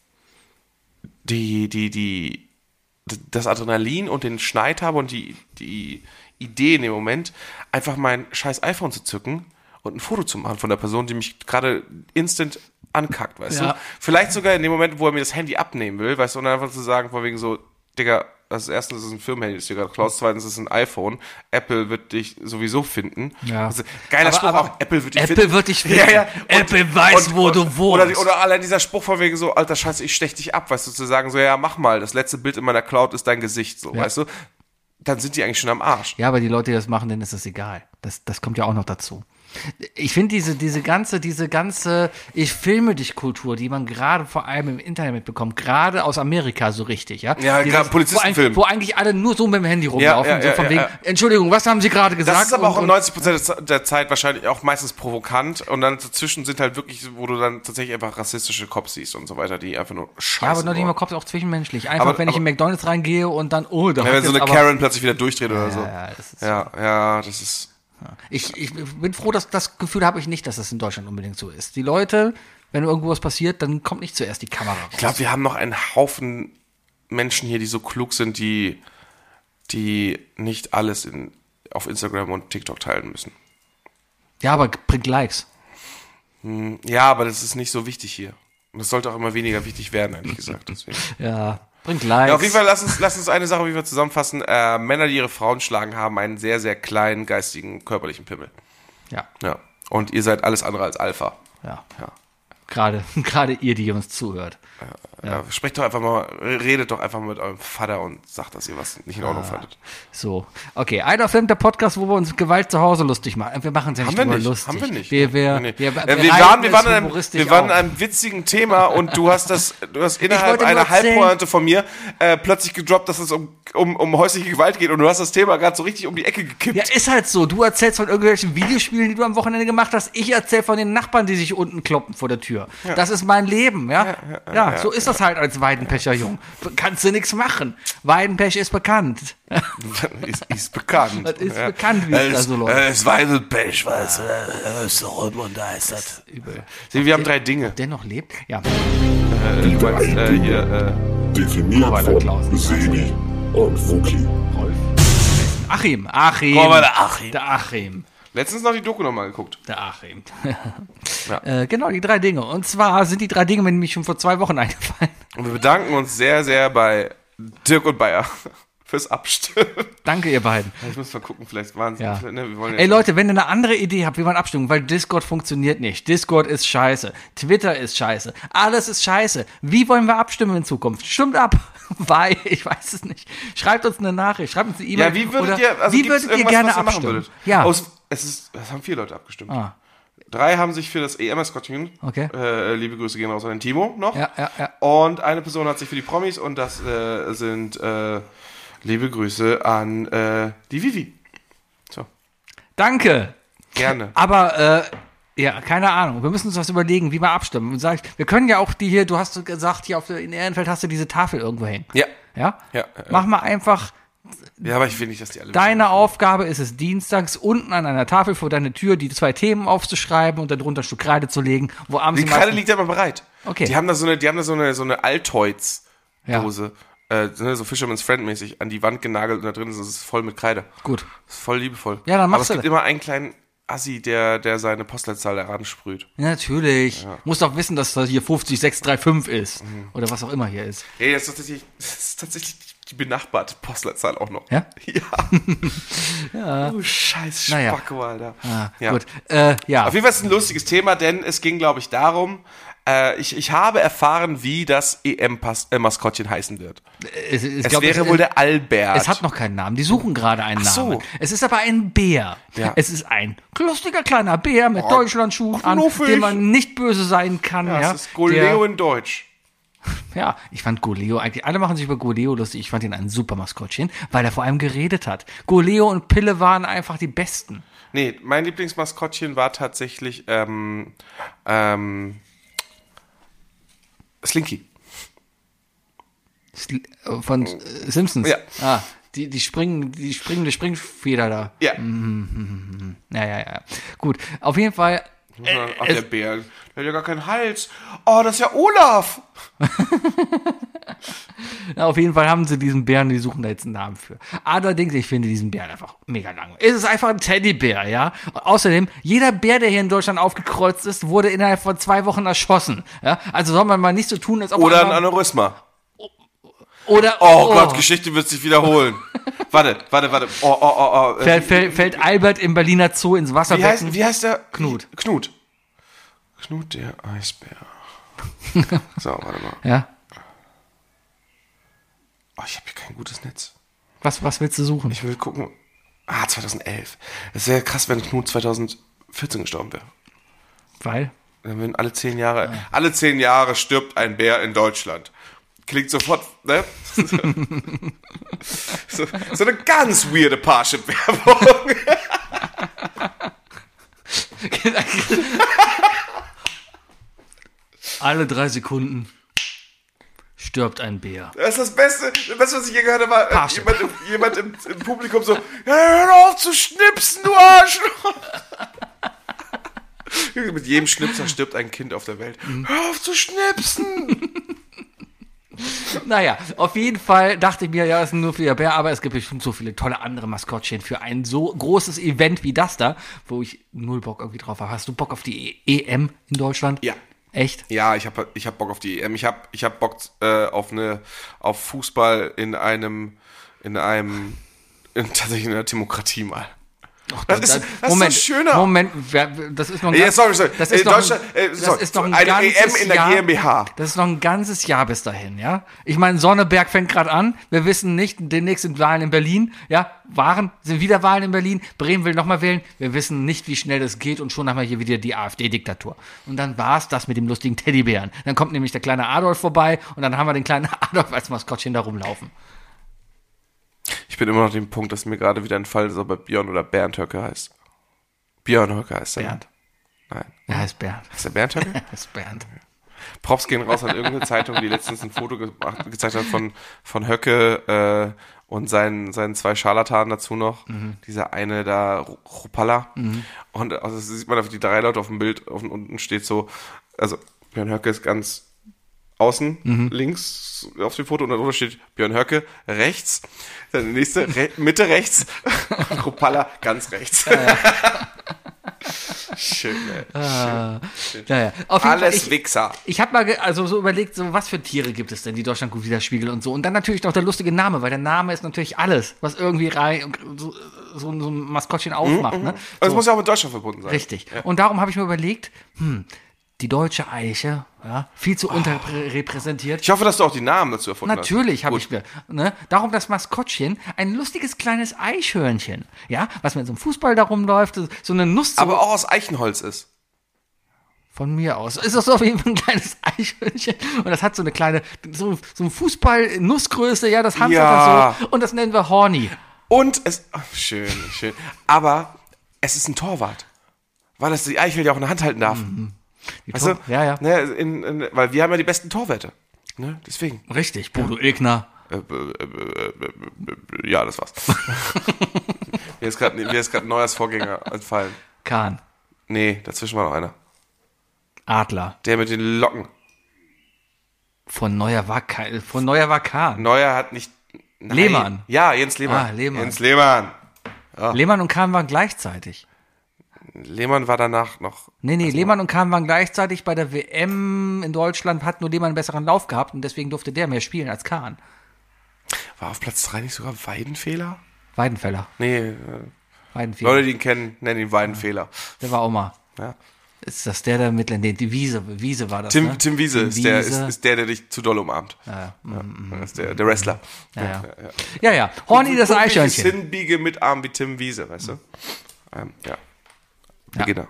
die, die, die, das Adrenalin und den Schneid habe und die, die Idee in dem Moment, einfach mein scheiß iPhone zu zücken und ein Foto zu machen von der Person, die mich gerade instant ankackt, weißt Ja. du? Vielleicht sogar in dem Moment, wo er mir das Handy abnehmen will, weißt du, und dann einfach zu sagen, von wegen so, Digga, also erstens ist es ein Firmenhandy, das du gerade klaust, zweitens ist es ein iPhone, Apple wird dich sowieso finden. Ja. Also, geiler Aber- Spruch aber auch, Apple wird dich Apple finden. wird dich finden. Ja, ja. Apple weiß, wo du Oder, die, wohnst. oder allein dieser Spruch von wegen so, alter Scheiße, ich stech dich ab, weißt du, zu sagen so, ja, mach mal, das letzte Bild in meiner Cloud ist dein Gesicht, so, Ja. weißt du? Dann sind die eigentlich schon am Arsch. Ja, aber die Leute, die das machen, denen ist das egal. Das, das kommt ja auch noch dazu. Ich finde diese, diese ganze, diese ganze Ich filme dich Kultur, die man gerade vor allem im Internet mitbekommt, gerade aus Amerika so richtig, ja? Ja, Dieses, gerade Polizistenfilm. Wo, ein, wo eigentlich alle nur so mit dem Handy rumlaufen, Ja, ja, so von ja, wegen, ja. Entschuldigung, was haben Sie gerade gesagt? Das ist aber auch Und- in neunzig Prozent der Zeit wahrscheinlich auch meistens provokant und dann dazwischen sind halt wirklich, wo du dann tatsächlich einfach rassistische Cops siehst und so weiter, die einfach nur scheiße Ja, aber noch nicht bauen. mal Kopf auch zwischenmenschlich. Einfach, Aber- wenn ich aber- in McDonalds reingehe und dann, oh, da Ja, hat wenn so jetzt eine aber, Karen plötzlich wieder durchdreht oder so. Ja, das ist Ja, ja, das ist... Ich, ich bin froh, dass das Gefühl habe ich nicht, dass das in Deutschland unbedingt so ist. Die Leute, wenn irgendwo was passiert, dann kommt nicht zuerst die Kamera raus. Ich glaube, wir haben noch einen Haufen Menschen hier, die so klug sind, die, die nicht alles in, auf Instagram und TikTok teilen müssen. Ja, aber bringt Likes. Ja, aber das ist nicht so wichtig hier. Und das sollte auch immer weniger wichtig werden, ehrlich gesagt. Deswegen. Ja, bringt Likes. Ja, auf jeden Fall, lass uns, lass uns eine Sache, wie wir zusammenfassen. Äh, Männer, die ihre Frauen schlagen, haben einen sehr, sehr kleinen geistigen, körperlichen Pimmel. Ja, Ja. Und ihr seid alles andere als Alpha. ja. Ja. Gerade, gerade ihr, die uns zuhört. Ja. Sprecht doch einfach mal, redet doch einfach mal mit eurem Vater und sagt, dass ihr was nicht in Ordnung fandet. So, okay. Einer Film, der Podcast, wo wir uns Gewalt zu Hause lustig machen. Wir machen es ja Haben nicht wir immer nicht, lustig. haben wir nicht. Wir, wir, Nee. wir, Äh, wir, wir, reiben waren, wir, es waren in einem, humoristisch wir waren in auf. einem witzigen Thema und du hast das, du hast innerhalb wollte nur einer erzählen- Halbpointe von mir äh, plötzlich gedroppt, dass es um, um, um häusliche Gewalt geht und du hast das Thema gerade so richtig um die Ecke gekippt. Ja, ist halt so. Du erzählst von irgendwelchen Videospielen, die du am Wochenende gemacht hast. Ich erzähl von den Nachbarn, die sich unten kloppen vor der Tür. Das ist mein Leben, ja? Ja, so ist das halt als Weidenpecher-Jung. Kannst du nichts machen. Weidenpech ist bekannt. ist, ist bekannt. Das ist bekannt, wie es da so läuft. Äh, es war ein Pech, weißt du. Ist doch immer und da ist das. Übel. Wir haben drei Dinge. Der noch lebt? Ja. Äh, du meinst, äh, hier, äh, Definiert Robert Klaus. von Sebi und Wookie. Achim. Achim. Robert, der Achim. Der Achim. letztens noch die Doku nochmal geguckt. Der Achim. Ja. äh, genau, die drei Dinge. Und zwar sind die drei Dinge mir nämlich schon vor zwei Wochen eingefallen. Und wir bedanken uns sehr, sehr bei Dirk und Bayer fürs Abstimmen. Danke, ihr beiden. Ich muss mal gucken, vielleicht waren es. Ja. Ne, wir wollen ja Ey Leute, wenn ihr eine andere Idee habt, wie man abstimmen, weil Discord funktioniert nicht. Discord ist scheiße. Twitter ist scheiße. Alles ist scheiße. Wie wollen wir abstimmen in Zukunft? Stimmt ab. Weil, ich weiß es nicht. Schreibt uns eine Nachricht, schreibt uns eine E-Mail. Ja, wie würdet oder ihr, also wie gibt's würdet ihr irgendwas, gerne was ihr machen abstimmen? würdet? Ja. Aus, es ist, es haben vier Leute abgestimmt. Ah. Drei haben sich für das E M-Maskottchen, Okay. äh, liebe Grüße gehen raus an den Timo noch. Ja, ja, ja. Und eine Person hat sich für die Promis und das äh, sind äh, liebe Grüße an äh, die Vivi. So, Danke. gerne. Aber, äh, ja, keine Ahnung. Wir müssen uns was überlegen, wie wir abstimmen. Und sag, wir können ja auch die hier, du hast gesagt, hier auf der, in Ehrenfeld hast du diese Tafel irgendwo hängen. Ja. Ja? Ja, ja. Mach mal einfach, Ja, aber ich will nicht, dass die alle deine Aufgabe ist es, dienstags unten an einer Tafel vor deine Tür die zwei Themen aufzuschreiben und darunter ein Stück Kreide zu legen, wo abends Die die Kreide meisten- liegt ja immer bereit. Okay. Die haben da so eine, die haben da so eine, so eine Altoids-Dose, Ja. äh, ne, so Fisherman's Friend-mäßig, an die Wand genagelt und da drin ist es voll mit Kreide. Gut. Das ist voll liebevoll. Ja, dann Aber machst es du gibt immer einen kleinen Assi, der, der seine Postleitzahl da ransprüht. Ja, natürlich. Muss doch wissen, dass das hier fünfzig sechs drei fünf ist. Mhm. Oder was auch immer hier ist. Ey, das ist tatsächlich, das ist tatsächlich die benachbarte Postleitzahl auch noch. Ja? Ja. ja. Oh, scheiß Naja. Spacko, Alter. Ah, Ja. Gut. Äh, ja. Auf jeden Fall ist es ein lustiges Thema, denn es ging, glaube ich, darum, äh, ich, ich habe erfahren, wie das E M-Maskottchen heißen wird. Es, es, Es glaub, wäre es, wohl der Albert. Es hat noch keinen Namen. Die suchen gerade einen Ach so. Namen. Es ist aber ein Bär. Ja. Es ist ein lustiger kleiner Bär mit Oh, Deutschlandschuhen an, knuffig. dem man nicht böse sein kann. ja, Ja, es ist Goleo Der- in Deutsch. Ja, ich fand Goleo eigentlich, alle machen sich über Goleo lustig. Ich fand ihn ein super Maskottchen, weil er vor allem geredet hat. Goleo und Pille waren einfach die besten. Nee, mein Lieblingsmaskottchen war tatsächlich ähm, ähm, Slinky. Sl- äh, Von äh, Simpsons. Ja. Ah, die, die springen, die springende Springfeder da. Ja. Ja, ja, ja. Gut. Auf jeden Fall. Ach, es- der Bär, der hat ja gar keinen Hals. Oh, das ist ja Olaf. Na, auf jeden Fall haben sie diesen Bären, die suchen da jetzt einen Namen für. Allerdings, ich finde diesen Bären einfach mega langweilig. Es ist einfach ein Teddybär, ja. Und außerdem, jeder Bär, der hier in Deutschland aufgekreuzt ist, wurde innerhalb von zwei Wochen erschossen. Ja? Also soll man mal nicht so tun, als ob Oder ein man- Aneurysma. Oder Oh, Gott, Geschichte wird sich wiederholen. warte, warte, warte. Oh, oh, oh, oh. Äh, fällt, fällt, fällt Albert im Berliner Zoo ins wie, Wasserbecken. heißt, wie heißt der? Knut. Knut. Knut der Eisbär. So, warte mal. Ja. Oh, ich habe hier kein gutes Netz. Was, was willst du suchen? Ich will gucken. Ah, zweitausendelf. Es wäre krass, wenn Knut zweitausendvierzehn vierzehn gestorben wäre. Weil? Dann würden alle zehn Jahre, ja. alle zehn Jahre stirbt ein Bär in Deutschland. Klingt sofort, ne? so, so eine ganz weirde Parship-Werbung. Alle drei Sekunden stirbt ein Bär. Das ist das Beste, das Beste, was ich je gehört habe, war äh, jemand, im, jemand im, im Publikum so, ja, hör auf zu schnipsen, du Arschloch. Mit jedem Schnipser stirbt ein Kind auf der Welt. Mhm. Hör auf zu schnipsen. Naja, auf jeden Fall dachte ich mir, ja, es ist nur für der Bär, aber es gibt bestimmt so viele tolle andere Maskottchen für ein so großes Event wie das da, wo ich null Bock irgendwie drauf habe. Hast du Bock auf die E M in Deutschland? Ja. Echt? Ja, ich habe ich hab Bock auf die E M. Ich habe ich hab Bock äh, auf eine auf Fußball in einem in einem in, tatsächlich in einer Demokratie mal. Ach, das, das, ist, das Moment, ist so schöner. Moment, das ist noch ein, ja, ganz, sorry, sorry. Das ist in noch Deutschland, ein, äh, das sorry. ist noch ein eine ganzes E M in der Jahr, GmbH. Das ist noch ein ganzes Jahr bis dahin, ja. Ich meine, Sonneberg fängt gerade an. Wir wissen nicht, demnächst sind Wahlen in Berlin, ja. Waren, sind wieder Wahlen in Berlin. Bremen will nochmal wählen. Wir wissen nicht, wie schnell das geht und schon haben wir hier wieder die AfD-Diktatur. Und dann war es das mit dem lustigen Teddybären. Dann kommt nämlich der kleine Adolf vorbei und dann haben wir den kleinen Adolf als Maskottchen da rumlaufen. Ich bin immer noch dem Punkt, dass mir gerade wieder ein Fall ist, ob er Björn oder Bernd Höcke heißt. Björn Höcke heißt er. Bernd. Nein. Er heißt Bernd. Ist der Bernd Höcke? Er heißt Bernd. Props gehen raus an irgendeine Zeitung, die letztens ein Foto gemacht, gezeigt hat von, von Höcke äh, und seinen, seinen zwei Scharlatanen dazu noch. Mhm. Dieser eine da, Rupalla. Mhm. Und also sieht man einfach die drei Leute auf dem Bild und unten steht so, also Björn Höcke ist ganz außen, mhm. links auf dem Foto und darunter steht Björn Höcke rechts, dann der nächste Re- Mitte rechts und Rupalla ganz rechts. Ja, ja. Schön, ey. Ah, Schön. Ja, ja. Auf jeden Alles Fall, ich, Wichser. Ich habe mal ge- also so überlegt, so was für Tiere gibt es denn, die Deutschland gut widerspiegeln und so. Und dann natürlich noch der lustige Name, weil der Name ist natürlich alles, was irgendwie rein so, so, so ein Maskottchen ausmacht. Mhm, ne? also es so. muss ja auch mit Deutschland verbunden sein. Richtig. Ja. Und darum habe ich mir überlegt, hm, die deutsche Eiche, ja, viel zu oh. unterrepräsentiert. Ich hoffe, dass du auch die Namen dazu erfunden hast. Natürlich habe ich mir. Ne? Darum das Maskottchen, ein lustiges kleines Eichhörnchen, ja, was mit so einem Fußball da rumläuft, so eine Nuss. Aber auch aus Eichenholz ist. Von mir aus. Ist das so auf jeden Fall ein kleines Eichhörnchen. Und das hat so eine kleine, so, so ein Fußball-Nussgröße, ja, das Hand ja. hat das so. Und das nennen wir Horny. Und es, oh, schön, schön. Aber es ist ein Torwart. Weil das die Eichel ja auch in der Hand halten darf. Mhm. Weißt Tor- du? Ja, ja. Ne, in, in, weil wir haben ja die besten Torwerte. Ne? Deswegen. Richtig, Bodo Ilgner. Äh, äh, äh, äh, ja, das war's. Mir ist gerade ein Neujahrsvorgänger entfallen. Kahn. Nee, dazwischen war noch einer. Adler. Der mit den Locken. Von Neuer war kein, von Neuer war Kahn. Neuer hat nicht... Nein. Lehmann. Ja, Jens Lehmann. Ah, Lehmann. Jens Lehmann. Ja. Lehmann und Kahn waren gleichzeitig. Lehmann war danach noch... Nee, nee, also Lehmann und Kahn waren gleichzeitig bei der W M in Deutschland, hat nur Lehmann einen besseren Lauf gehabt und deswegen durfte der mehr spielen als Kahn. War auf Platz drei nicht sogar Weidenfehler? Weidenfeller. Nee, äh, Weidenfeller. Leute, die ihn kennen, nennen ihn Weidenfehler. Der war auch mal. Ja. Ist das der, der mit, nee, die Wiese, Wiese war das, Tim, ne? Tim Wiese, Tim ist, Der, Wiese. ist, ist der, der dich zu doll umarmt. Ja, ja. Ja, das ist der, der Wrestler. Ja, ja. Ja, ja. ja. Horny, das Guck, wie ich Eichhörnchen. es hinbiege mit Arm wie Tim Wiese, weißt du? Ähm, ja. Ja. Genau.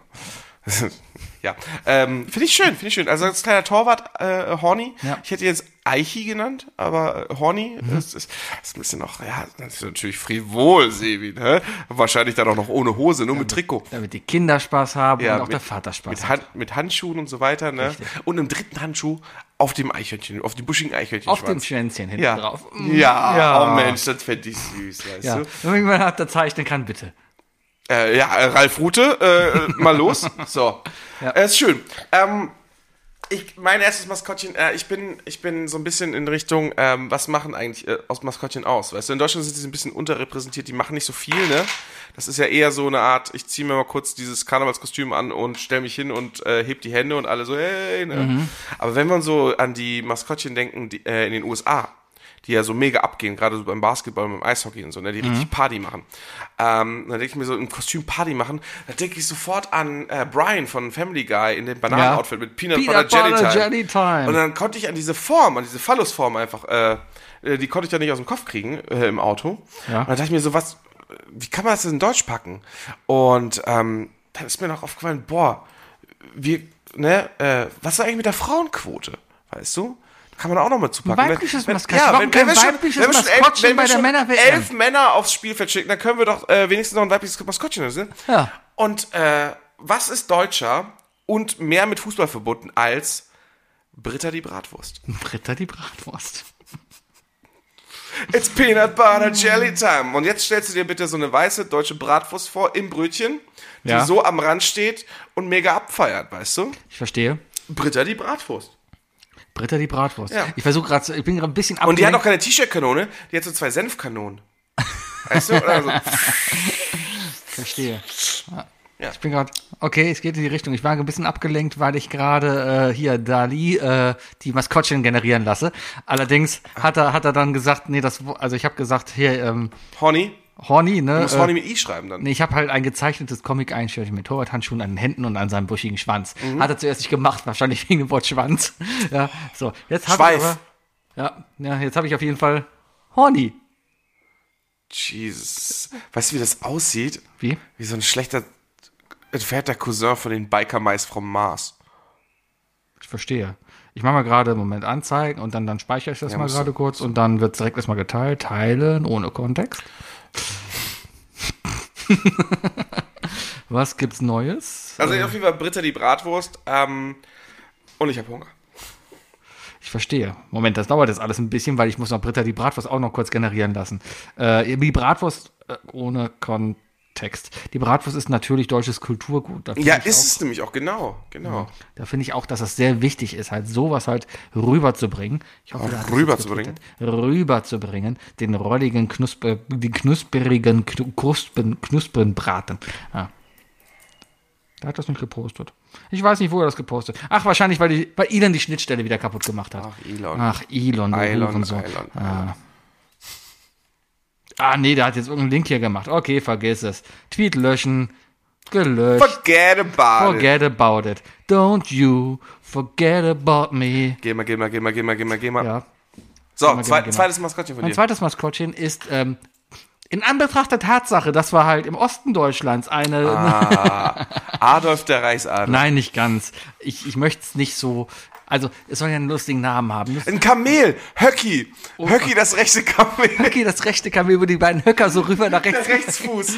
Ja, ähm, finde ich schön, finde ich schön. Also als kleiner Torwart, äh, Horny. Ja. Ich hätte jetzt Eichi genannt, aber äh, Horny Mhm. ist, ist, ist ein bisschen noch, ja, das ist natürlich frivol, Sebi, ne? Wahrscheinlich dann auch noch ohne Hose, nur mit Trikot. Damit die Kinder Spaß haben Ja, und auch mit- der Vater Spaß Mit, hat. Hand, mit Handschuhen und so weiter, ne? Richtig. Und im dritten Handschuh auf dem Eichhörnchen, auf dem buschigen Eichhörchen. Auf dem Schwänzchen hinten ja. drauf. Ja, Ja. oh Mensch, das fände ich süß, weißt Ja. du? Wenn man jemanden hat, der zeichnen kann, bitte. Äh, ja, äh, Ralf Rute, äh, mal los. So, Ja. äh, ist schön. Ähm, ich, mein erstes Maskottchen, äh, ich bin, ich bin so ein bisschen in Richtung, ähm, was machen eigentlich äh, aus Maskottchen aus? Weißt du, in Deutschland sind sie ein bisschen unterrepräsentiert, die machen nicht so viel, ne? Das ist ja eher so eine Art, ich ziehe mir mal kurz dieses Karnevalskostüm an und stelle mich hin und äh, heb die Hände und alle so, hey, ne? Mhm. Aber wenn wir so an die Maskottchen denken, die, äh, in den U S A, die ja so mega abgehen, gerade so beim Basketball, beim Eishockey und so, ne, die richtig Party machen. Ähm, dann denke ich mir so, im Kostüm Party machen, da denke ich sofort an äh, Brian von Family Guy in dem Bananenoutfit mit Peanut, Peanut Butter, Jelly, Butter Time. Jelly Time. Und dann konnte ich an diese Form, an diese Phallusform einfach, äh, äh, die konnte ich ja nicht aus dem Kopf kriegen äh, im Auto. Ja. Und dann dachte ich mir so, was, wie kann man das in Deutsch packen? Und ähm, dann ist mir noch aufgefallen, boah, wir, ne, äh, was ist eigentlich mit der Frauenquote? Weißt du? Da kann man auch noch mal zupacken. Weibliches wenn, Maskottchen. Ja, Warum wenn, wenn kein wir schon, weibliches wenn wir schon, elf, Maskottchen wenn bei wir der schon Männer-W M? elf Männer aufs Spielfeld schicken, dann können wir doch äh, wenigstens noch ein weibliches Maskottchen sehen. Ja. Und äh, was ist deutscher und mehr mit Fußball verbunden als Britta die Bratwurst? Britta die Bratwurst. It's Peanut Butter Jelly Time. Und jetzt stellst du dir bitte so eine weiße deutsche Bratwurst vor im Brötchen, die Ja. so am Rand steht und mega abfeiert, weißt du? Ich verstehe. Britta die Bratwurst. Britta die Bratwurst. Ja. Ich versuche gerade, ich bin gerade ein bisschen Und die hat abgelenkt. auch keine T-Shirt-Kanone, die hat so zwei Senfkanonen. Weißt du? Oder so. Verstehe. Ja. Ja. Ich bin gerade, okay, es geht in die Richtung. Ich war ein bisschen abgelenkt, weil ich gerade äh, hier Dali äh, die Maskottchen generieren lasse. Allerdings hat er hat er dann gesagt, nee, das, also ich habe gesagt, hier ähm, Horny. Horny, ne? Du musst äh, Horny mit I schreiben dann. Nee, ich habe halt ein gezeichnetes Comic-Einstellung mit Torwarthandschuhen an den Händen und an seinem buschigen Schwanz. Mhm. Hat er zuerst nicht gemacht, wahrscheinlich wegen dem Wort Schwanz. Ja, so. Jetzt habe ich Schweif. aber, ja, ja, jetzt habe ich auf jeden Fall Horny. Jesus. Weißt du, wie das aussieht? Wie? Wie so ein schlechter, entfernter Cousin von den Biker-Mais vom Mars. Ich verstehe. Ich mache mal gerade im Moment anzeigen und dann, dann speichere ich das Ja, mal musst gerade du- kurz und dann wird direkt erstmal geteilt. Teilen ohne Kontext. Was gibt's Neues? Also auf jeden Fall Britta die Bratwurst. Ähm, und ich habe Hunger. Ich verstehe. Moment, das dauert jetzt alles ein bisschen, weil ich muss noch Britta die Bratwurst auch noch kurz generieren lassen. Äh, die Bratwurst äh, ohne Kontext. Die Bratwurst ist natürlich deutsches Kulturgut. Da finde Ja, ich ist auch, es nämlich auch, genau. genau. Da finde ich auch, dass es sehr wichtig ist, halt sowas halt rüberzubringen. Ich hoffe, Auch da hat das rüberzubringen? jetzt getwittert. Rüberzubringen. Den rolligen, knusper, den knusperigen Knu- Kruspen, Knuspenbraten. Ja. Der hat das nicht gepostet. Ich weiß nicht, wo er das gepostet hat. Ach, wahrscheinlich, weil, die, weil Elon die Schnittstelle wieder kaputt gemacht hat. Ach, Elon. Ach, Elon, du Elon, Hurensohn. Elon, Ah. ah, nee, der hat jetzt irgendeinen Link hier gemacht. Okay, vergiss es. Tweet löschen. Gelöscht. Forget about it. Forget about it. Don't you forget about me. Geh mal, geh mal, geh mal, geh mal, geh mal, geh mal. Ja. So, Geh mal, geh zweit, mal, geh mal. zweites Maskottchen von Mein dir. zweites Maskottchen ist ähm, in Anbetracht der Tatsache, dass wir halt im Osten Deutschlands eine... Ah, Adolf der Reichsadler. Nein, nicht ganz. Ich, ich möchte es nicht so... Also, es soll ja einen lustigen Namen haben. Das- Ein Kamel. Höcki. Höcki, das rechte Kamel. Okay, das rechte Kamel, wo die beiden Höcker so rüber nach rechts... Der Rechtsfuß.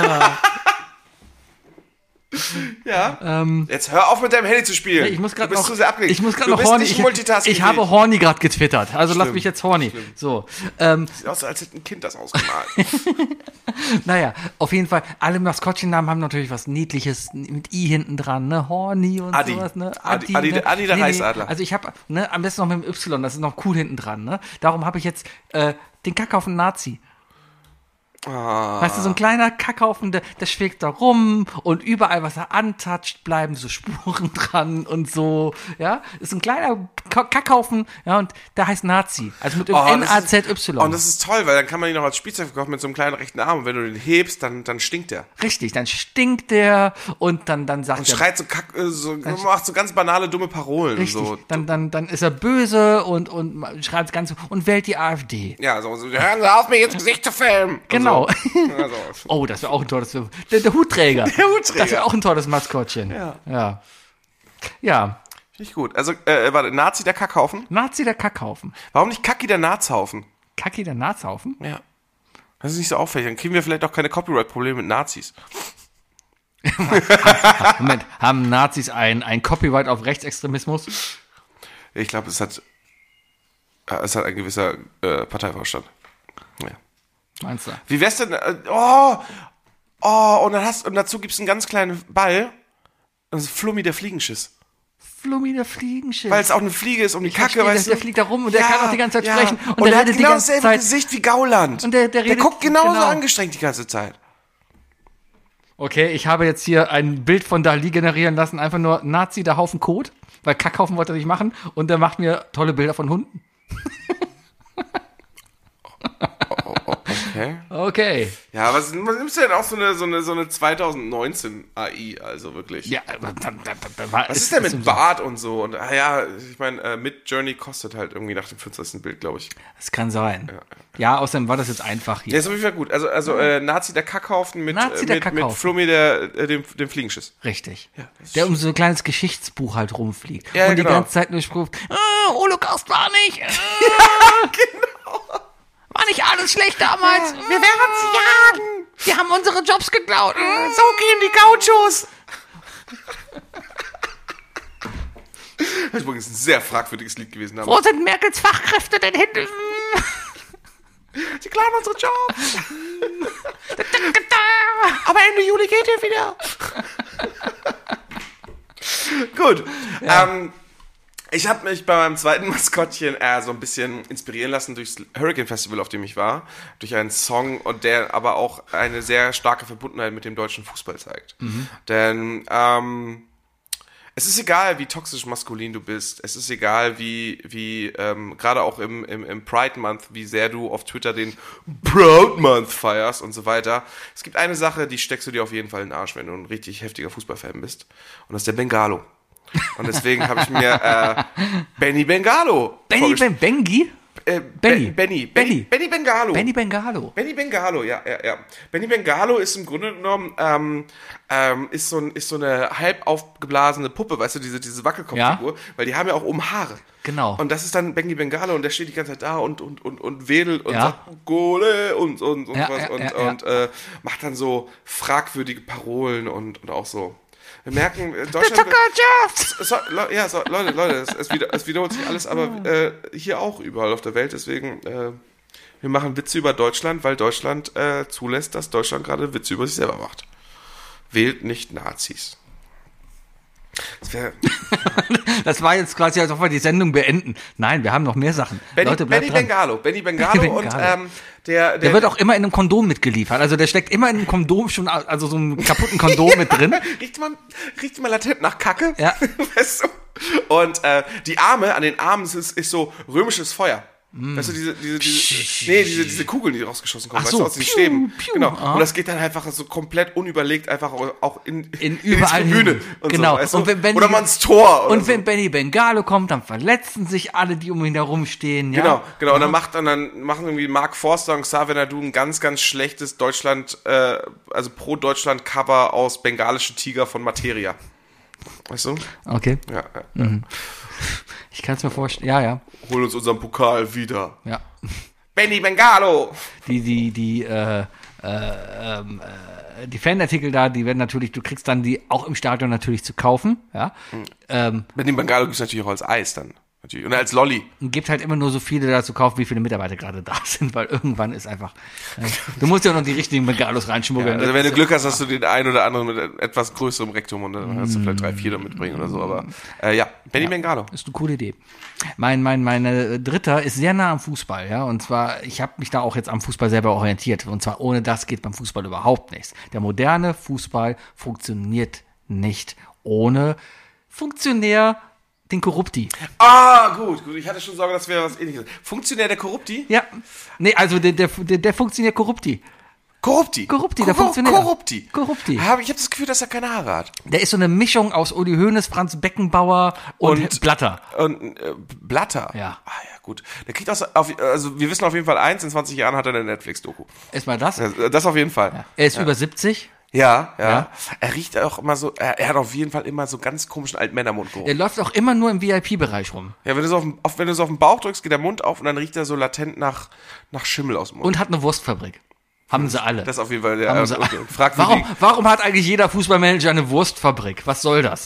Ja. Jetzt hör auf mit deinem Handy zu spielen. Ich muss gerade du bist noch, zu sehr abgelenkt. ich muss gerade du noch bist Horny. nicht Ich, multitasking. ich habe Horny gerade getwittert. Also lass Schlimm. mich jetzt Horny. So, ähm, Sieht aus, als hätte ein Kind das ausgemalt. naja, auf jeden Fall. Alle Maskottchennamen haben natürlich was Niedliches mit I hinten dran, ne? Horny und Adi. sowas, ne? Adi- Adi- ne? Adi der Reichsadler. Also ich habe, ne, am besten noch mit dem Y, das ist noch cool hinten dran, ne? Darum habe ich jetzt äh, den Kackhaufen Nazi. Ah. Weißt du, so ein kleiner Kackhaufen, der, der schwebt da rum und überall, was er antatscht, bleiben so Spuren dran und so, ja. Ist ein kleiner Ka- Kackhaufen, ja, und der heißt Nazi. Also mit Oh, N das A ist- Z Y. Und das ist toll, weil dann kann man ihn noch als Spielzeug verkaufen mit so einem kleinen rechten Arm. Und wenn du den hebst, dann, dann stinkt der. Richtig, dann stinkt der und dann, dann sagt Und er. schreit so, kack, äh, so macht so ganz banale, dumme Parolen. Richtig, So. dann, dann, dann ist er böse und, und schreit das Ganze und wählt die AfD. Ja, so, so, hören Sie auf, mich ins Gesicht zu filmen. Genau. Und so. Also, Oh, das wäre auch ein tolles. Der, der Hutträger. Der Hutträger. Das wäre auch ein tolles Maskottchen. Ja. Ja. Ja. Finde ich gut. Also, äh, warte, Nazi der Kackhaufen? Nazi der Kackhaufen. Warum nicht Kacki der Nazhaufen? Kacki der Nazhaufen? Ja. Das ist nicht so auffällig. Dann kriegen wir vielleicht auch keine Copyright-Probleme mit Nazis. Moment, haben Nazis ein, ein Copyright auf Rechtsextremismus? Ich glaube, es hat, äh, es hat ein gewisser äh, Parteivorstand. Ja. Meinst du? Wie wär's denn? Äh, oh, oh, und dann hast und dazu gibt's einen ganz kleinen Ball. Das ist Flummi der Fliegenschiss. Flummi der Fliegenschiss. Weil es auch eine Fliege ist um die Ich Kacke, verstehe, weißt dass du? der fliegt da rum und der kann auch die ganze Zeit sprechen. Und, Und, der der hat redet die genau ganze dasselbe Zeit. Gesicht wie Gauland. Und der- der redet- guckt genauso genau. angestrengt die ganze Zeit. Okay, ich habe jetzt hier ein Bild von Dali generieren lassen. Einfach nur Nazi, der Haufen Kot. Weil Kackhaufen wollte er nicht machen. Und der macht mir tolle Bilder von Hunden. Okay. Okay. Ja, was, was nimmst du denn auch so eine, so eine, so eine zwanzig neunzehn A I, also wirklich? Ja, aber da, da, da war, Was ist denn mit Bart und so? Und, ah ja, ich meine, äh, Midjourney kostet halt irgendwie nach dem finstersten Bild, glaube ich. Das kann sein. Ja, ja, außerdem war das jetzt einfach hier. Ja, ist auf jeden Fall gut. Also, also äh, Nazi der Kackhaufen mit, Nazi äh, der mit, Kackhaufen. mit Flummi der, äh, dem, dem Fliegenschiss. Richtig. Ja, das ist der um so ein kleines Geschichtsbuch halt rumfliegt. Ja, und die genau. ganze Zeit nur spricht, ah, Holocaust war nicht. Äh, Ja, genau. War nicht alles schlecht damals. Ja, wir werden sie jagen. Wir haben unsere Jobs geklaut. So gehen die Gauchos. Das ist übrigens ein sehr fragwürdiges Lied gewesen. Wo sind Merkels Fachkräfte denn hin? Sie klauen unsere Jobs. Aber Ende Juli geht ihr wieder. Gut. Ja. Ähm, ich habe mich bei meinem zweiten Maskottchen äh, so ein bisschen inspirieren lassen durchs Hurricane Festival, auf dem ich war. Durch einen Song, und der aber auch eine sehr starke Verbundenheit mit dem deutschen Fußball zeigt. Mhm. Denn ähm, es ist egal, wie toxisch maskulin du bist. Es ist egal, wie, wie ähm, gerade auch im, im, im Pride Month, wie sehr du auf Twitter den Proud Month feierst und so weiter. Es gibt eine Sache, die steckst du dir auf jeden Fall in den Arsch, wenn du ein richtig heftiger Fußballfan bist. Und das ist der Bengalo. Und deswegen habe ich mir äh, Benny Bengalo Benny Ben Bengi? Äh, Benny. Benny. Benny. Benny Bengalo. Benny Bengalo. Benny Bengalo, ja, ja, ja. Benny Bengalo ist im Grunde genommen ähm, ähm, ist so ein, ist so eine halb aufgeblasene Puppe, weißt du, diese diese Wackelkopffigur, ja. Weil die haben ja auch oben Haare. Genau. Und das ist dann Benny Bengalo, und der steht die ganze Zeit da und und und und wedelt und ja. sagt Gole und und und ja, was ja, und ja, und ja. Äh, macht dann so fragwürdige Parolen und und auch so. Wir merken, Deutschland... So, ja, so, Leute, Leute, es, es, wieder, es wiederholt sich alles, aber äh, hier auch überall auf der Welt. Deswegen, äh, wir machen Witze über Deutschland, weil Deutschland äh, zulässt, dass Deutschland gerade Witze über sich selber macht. Wählt nicht Nazis. Das, wär, das war jetzt quasi, als ob wir die Sendung beenden. Nein, wir haben noch mehr Sachen. Benny, Leute, bleibt Benny dran. Bengalo. Benny Bengalo, Benny und Bengalo. ähm, der, der... Der wird auch immer in einem Kondom mitgeliefert. Also der steckt immer in einem Kondom schon, also so einem kaputten Kondom mit drin. Riecht mal, riecht mal latent nach Kacke. Ja. Weißt du? Und äh, die Arme, an den Armen ist, ist so römisches Feuer. Mm. Weißt du, diese, diese, diese, nee, diese, diese Kugeln, die rausgeschossen kommen, Ach weißt so, du, aus den piu, Stäben. piu, Genau. ah. Und das geht dann einfach so komplett unüberlegt einfach auch in, in überall in die Tribüne. hin. Und genau. so, weißt du? Und wenn Benny, oder mal ins Tor. Oder und so. wenn Benny Bengalo kommt, dann verletzen sich alle, die um ihn herumstehen. Ja? Genau, genau. Und dann macht dann, dann machen irgendwie Mark Forster und Xavier Naidu ein ganz, ganz schlechtes Deutschland, äh, also Pro-Deutschland-Cover aus Bengalische Tiger von Materia. Weißt du? Okay. Ja, ja, ja. Mhm. Ich kann es mir vorstellen. Ja, ja. Hol uns unseren Pokal wieder. Ja. Benny Bengalo! Die, die, die, äh, äh, ähm, äh, die Fanartikel da, die werden natürlich, du kriegst dann die auch im Stadion natürlich zu kaufen, ja. Mhm. Ähm, Benny Bengalo gibt es natürlich auch als Eis dann. Natürlich. Und als Lolli. Und gibt halt immer nur so viele da zu kaufen, wie viele Mitarbeiter gerade da sind, weil irgendwann ist einfach, äh, du musst ja noch die richtigen Bengalos reinschmuggeln. Ja, also wenn du Glück hast, hast du den einen oder anderen mit etwas größerem Rektum und dann kannst du vielleicht drei, vier da mitbringen oder so, aber äh, ja, Benny ja, Bengalo. Ist eine coole Idee. Mein, mein, meine Dritter ist sehr nah am Fußball, ja, und zwar, ich habe mich da auch jetzt am Fußball selber orientiert, und zwar ohne das geht beim Fußball überhaupt nichts. Der moderne Fußball funktioniert nicht ohne Funktionär den Korrupti. Ah, gut, gut. Ich hatte schon Sorge, das wäre was Ähnliches. Funktionär der Korrupti? Ja. Nee, also der, der, der, der Funktionär Korrupti. Korrupti? Korrupti, der Kor- Funktionär. Korrupti. Korrupti. Hab- Ich habe das Gefühl, dass er keine Haare hat. Der ist so eine Mischung aus Uli Hoeneß, Franz Beckenbauer und, Und- Blatter. Und äh, Blatter? Ja. Ah ja, gut. Der kriegt aus, auf, also wir wissen auf jeden Fall eins, in zwanzig Jahren hat er eine Netflix-Doku. Erstmal das. Das, das auf jeden Fall. Ja. Er ist über siebzig. Ja, ja, Ja. Er riecht auch immer so, er, er hat auf jeden Fall immer so ganz komischen Altmännermundgeruch. Er läuft auch immer nur im V I P-Bereich rum. Ja, wenn du, so auf, den- auf, wenn du so auf den Bauch drückst, geht der Mund auf und dann riecht er so latent nach, nach Schimmel aus dem Mund. Und hat eine Wurstfabrik. Haben sie alle. Das ist auf jeden Fall der Haben sie okay. alle. Fragt Warum, warum hat eigentlich jeder Fußballmanager eine Wurstfabrik? Was soll das?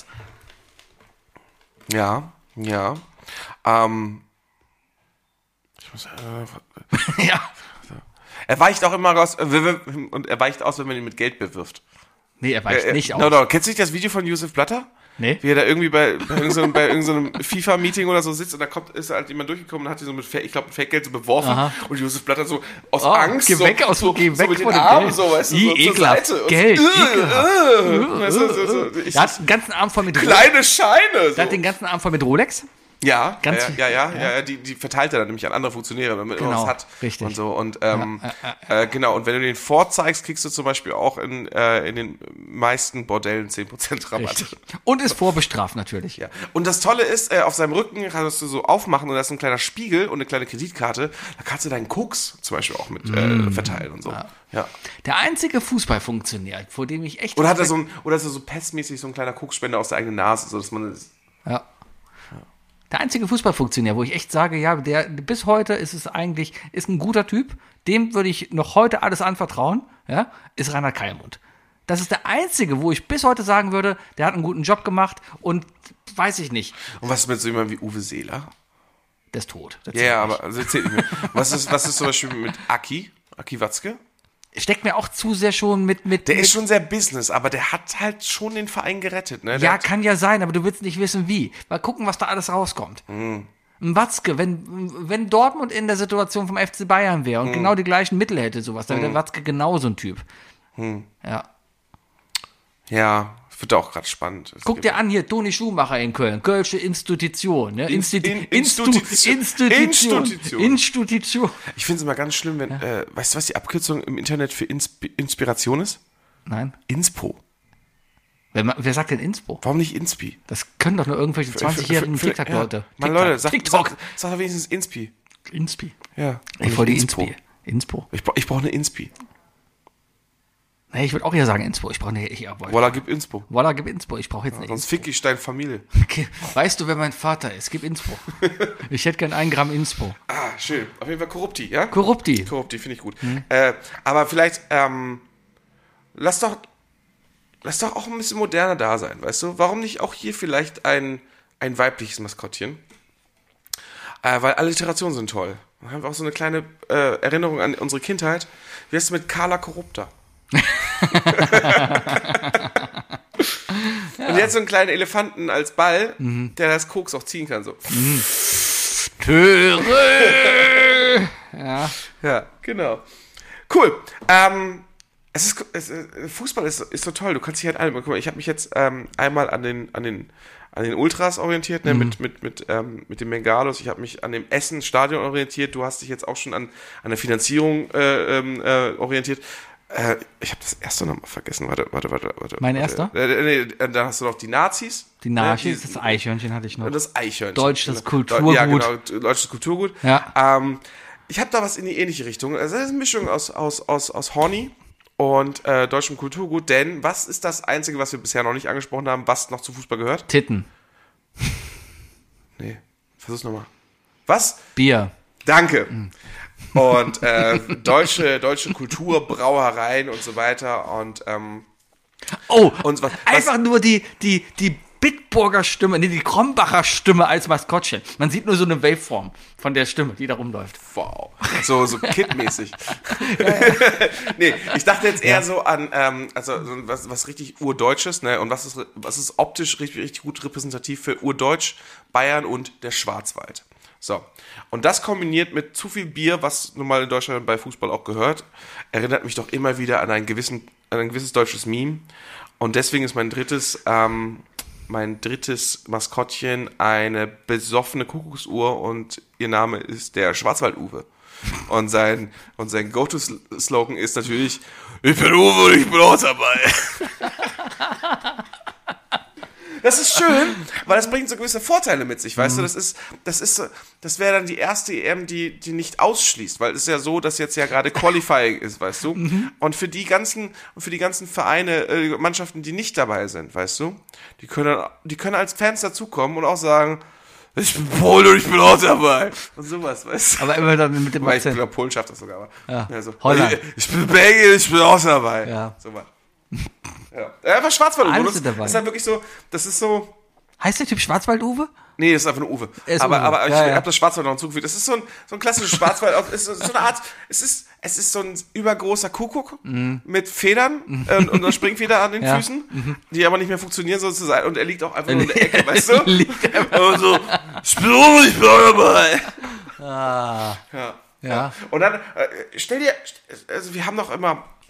Ja, ja. Ähm, ich muss, äh, ja. er weicht auch immer raus, äh, und er weicht aus, wenn man ihn mit Geld bewirft. Nee, er weicht Äh, nicht no, aus. no. Kennst du nicht das Video von Yusuf Blatter? Nee. Wie er da irgendwie bei, bei irgendeinem, bei irgendeinem FIFA-Meeting oder so sitzt und da kommt, ist halt jemand durchgekommen und hat ihn so mit, Fake- ich glaube, mit Fake-Geld so beworfen. Aha. Und Yusuf Blatter so aus Oh, Angst geh so, weg aus- so, geh so weg mit von den dem Armen Geld. so, weißt du, Ih, so zur ekelhaft. Seite. Und Geld, so, ekelhaft. äh, weißt du, so, so, ich, Er hat den ganzen Arm voll mit kleine Scheine. Der So. hat den ganzen Arm voll mit Rolex. Ja, Ganz ja, viel- ja, ja, ja. ja, ja, die, die verteilt er dann nämlich an andere Funktionäre, damit man Genau, was hat. richtig. Und so. Und ähm, äh, genau, und wenn du den vorzeigst, kriegst du zum Beispiel auch in, äh, in den meisten Bordellen zehn Prozent Rabatt. Richtig. Und ist vorbestraft natürlich. Ja. Und das Tolle ist, äh, auf seinem Rücken kannst du so aufmachen und da ist ein kleiner Spiegel und eine kleine Kreditkarte. Da kannst du deinen Koks zum Beispiel auch mit äh, verteilen und so. Ja. Ja. Der einzige Fußballfunktionär, vor dem ich echt... Oder hat er so ein, oder ist er so pestmäßig so ein kleiner Kokspender aus der eigenen Nase, so dass man Ja. Der einzige Fußballfunktionär, wo ich echt sage, ja, der bis heute ist es eigentlich, ist ein guter Typ, dem würde ich noch heute alles anvertrauen, ja, ist Reinhard Kallmund. Das ist der einzige, wo ich bis heute sagen würde, der hat einen guten Job gemacht und weiß ich nicht, Und was ist mit so jemandem wie Uwe Seeler? der ist tot. Der Ja, zählt ja, nicht. aber also erzähl nicht mehr. Was ist, was ist zum Beispiel mit Aki? Aki Watzke? Steckt mir auch zu sehr schon mit, mit, Der mit ist schon sehr Business, aber der hat halt schon den Verein gerettet, ne? Der ja, hat, kann ja sein, aber du willst nicht wissen, wie. Mal gucken, was da alles rauskommt. Mhm. Ein Watzke, wenn, wenn Dortmund in der Situation vom F C Bayern wäre Mhm. und genau die gleichen Mittel hätte, sowas, dann wäre der Watzke genauso ein Typ. Mhm. Ja. ja, wird auch gerade spannend. Es Guck gibt- dir an, hier, Toni Schumacher in Köln, Kölsche Institution. Ne? Institu in- Instu Institution. Institution. Institution. Institution. Ich finde es immer ganz schlimm, wenn, äh, weißt du, was die Abkürzung im Internet für Insp- Inspiration ist? Nein. Inspo. Wer, ma- wer sagt denn Inspo? Warum nicht Inspi? Das können doch nur irgendwelche zwanzigjährigen Für- für- für- TikTok-Leute. Ja. Mann, TikTok. Leute, sag, TikTok. sag, sag doch wenigstens Inspi. Inspi. Ja. Ich Und wollte nicht Inspi. Inspo. Ich, bra- ich brauche eine Inspi. Nee, ich würde auch eher sagen Inspo. Ich brauche eine, ich, ja, Voila, gib Inspo. Voila, gib Inspo. Ich brauche jetzt eine Sonst Inspo. fick ich deine Familie. Okay. Weißt du, wer mein Vater ist? Gib Inspo. Ich hätte gern ein Gramm Inspo. Ah, schön. Auf jeden Fall Korrupti, ja? Korrupti. Korrupti, finde ich gut. Äh, aber vielleicht, ähm, lass doch, lass doch auch ein bisschen moderner da sein, weißt du? Warum nicht auch hier vielleicht ein, ein weibliches Maskottchen? Äh, weil Alliterationen sind toll. Dann haben wir auch so eine kleine äh, Erinnerung an unsere Kindheit. Wie heißt es mit Carla Korrupta? Und jetzt so einen kleinen Elefanten als Ball, der das Koks auch ziehen kann. So. Töre. Ja. Ja, genau. Cool. Ähm, es ist, es, ist- Fußball ist, ist so toll. Du kannst dich halt alle. Guck mal, ich habe mich jetzt ähm, einmal an den, an den, an den Ultras orientiert, ne, mit, mit, mit, ähm, mit dem Bengalos. Ich habe mich an dem Essen-Stadion orientiert. Du hast dich jetzt auch schon an, an der Finanzierung äh, ähm, äh, orientiert. Äh, ich habe das erste nochmal vergessen. Warte, warte, warte. warte Mein warte. erster? Äh, nee, dann hast du noch die Nazis. Die Nachricht, Ne, die- das Eichhörnchen hatte ich noch. und das Eichhörnchen. Deutsches Genau. Kulturgut. Ja, genau, deutsches Kulturgut. Ja. Ähm, ich habe da was in die ähnliche Richtung. Also das ist eine Mischung aus, aus, aus, aus Horny und äh, deutschem Kulturgut. Denn was ist das Einzige, was wir bisher noch nicht angesprochen haben, was noch zu Fußball gehört? Titten. Nee, versuch's nochmal. Was? Bier. Danke. Und äh, deutsche, deutsche Kultur, Brauereien und so weiter. Und ähm, Oh, Und was- einfach was- nur die, die, die Bitburger Stimme, nee, die Krombacher Stimme als Maskottchen. Man sieht nur so eine Waveform von der Stimme, die da rumläuft. wow, so, so Kid-mäßig. Nee, ich dachte jetzt eher so an, ähm, also so was, was richtig Urdeutsches, ne? Und was ist, was ist optisch richtig, richtig gut repräsentativ für Urdeutsch, Bayern und der Schwarzwald. So. Und das kombiniert mit zu viel Bier, was nun mal in Deutschland bei Fußball auch gehört, erinnert mich doch immer wieder an einen gewissen, an ein gewisses deutsches Meme. Und deswegen ist mein drittes, ähm, mein drittes Maskottchen eine besoffene Kuckucksuhr und ihr Name ist der Schwarzwald-Uwe. Und sein, und sein Go-To-Slogan ist natürlich, ich bin Uwe und ich bin auch dabei. Das ist schön, weil das bringt so gewisse Vorteile mit sich, weißt du, das ist, das ist, so- das wäre dann die erste E M, die, die nicht ausschließt, weil es ist ja so, dass jetzt ja gerade Qualifying ist, weißt du, und für die ganzen, und für die ganzen Vereine, äh, Mannschaften, die nicht dabei sind, weißt du, die können, die können als Fans dazukommen und auch sagen, ich bin Pole und ich bin auch dabei. Und sowas, weißt du. Aber immer dann mit dem Weil ich Akzent. glaube, Polen schafft das sogar, aber. Ja. Also, Holland. Ich, ich bin Belgier, ich bin auch dabei. Ja. So was. Ja. Einfach Schwarzwald-Uwe. Alles Das sind dabei. ist halt wirklich so, das ist so. Heißt der Typ Schwarzwald-Uwe? Nee, das ist einfach nur Uwe. Er ist aber Uwe. aber ich Ja, ja. habe das Schwarzwald noch hinzugefügt. Das ist so ein, so ein klassisches Schwarzwald. Auch- ist so, so eine Art, es ist, es ist so ein übergroßer Kuckuck mit Federn und, und einer Springfeder an den Ja. Füßen, die aber nicht mehr funktionieren sozusagen. Und er liegt auch einfach nur in der Ecke, weißt du? Liegt Und so, ich bin Uwe, ich bin auch dabei. Ah. Ja. Ja. Und dann, äh, stell dir, also wir haben doch immer,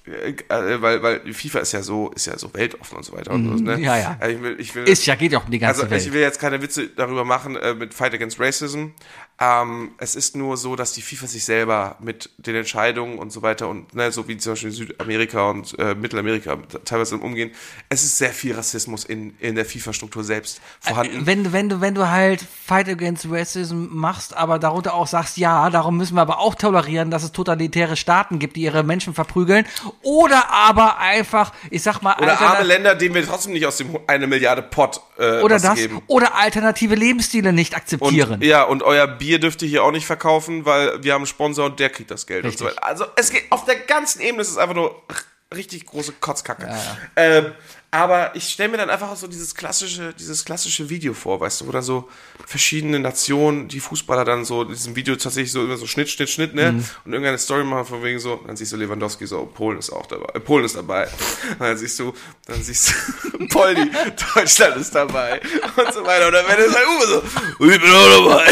Äh, weil, weil FIFA ist ja so, ist ja so weltoffen und so weiter. Und so, ne? Ja, ja. Also ich will, ich will, Ist ja, geht ja auch um die ganze also Welt. ich will jetzt keine Witze darüber machen äh, mit Fight Against Racism. Ähm, es ist nur so, dass die FIFA sich selber mit den Entscheidungen und so weiter und ne, so wie zum Beispiel Südamerika und äh, Mittelamerika teilweise umgehen, es ist sehr viel Rassismus in, in der FIFA-Struktur selbst vorhanden. Wenn du, wenn du, wenn du halt Fight Against Racism machst, aber darunter auch sagst, ja, darum müssen wir aber auch tolerieren, dass es totalitäre Staaten gibt, die ihre Menschen verprügeln, oder aber einfach, ich sag mal, Oder alterna- arme Länder, denen wir trotzdem nicht aus dem eine Milliarde Pot äh, oder was das, geben. oder alternative Lebensstile nicht akzeptieren. Und, ja, und euer Bier dürft ihr hier auch nicht verkaufen, weil wir haben einen Sponsor und der kriegt das Geld Richtig. und so weiter. Also es geht auf der ganzen Ebene, es ist einfach nur richtig große Kotzkacke. Ähm, aber ich stelle mir dann einfach so dieses klassische, dieses klassische Video vor, weißt du, wo da so verschiedene Nationen, die Fußballer dann so in diesem Video tatsächlich so immer so Schnitt, Schnitt, Schnitt, ne? Mhm. Und irgendeine Story machen von wegen so, dann siehst du Lewandowski so, Polen ist auch dabei, äh, Polen ist dabei. Und dann siehst du, dann siehst du Poldi, Deutschland ist dabei und so weiter. Und dann wird es halt Uwe so, ich bin auch dabei.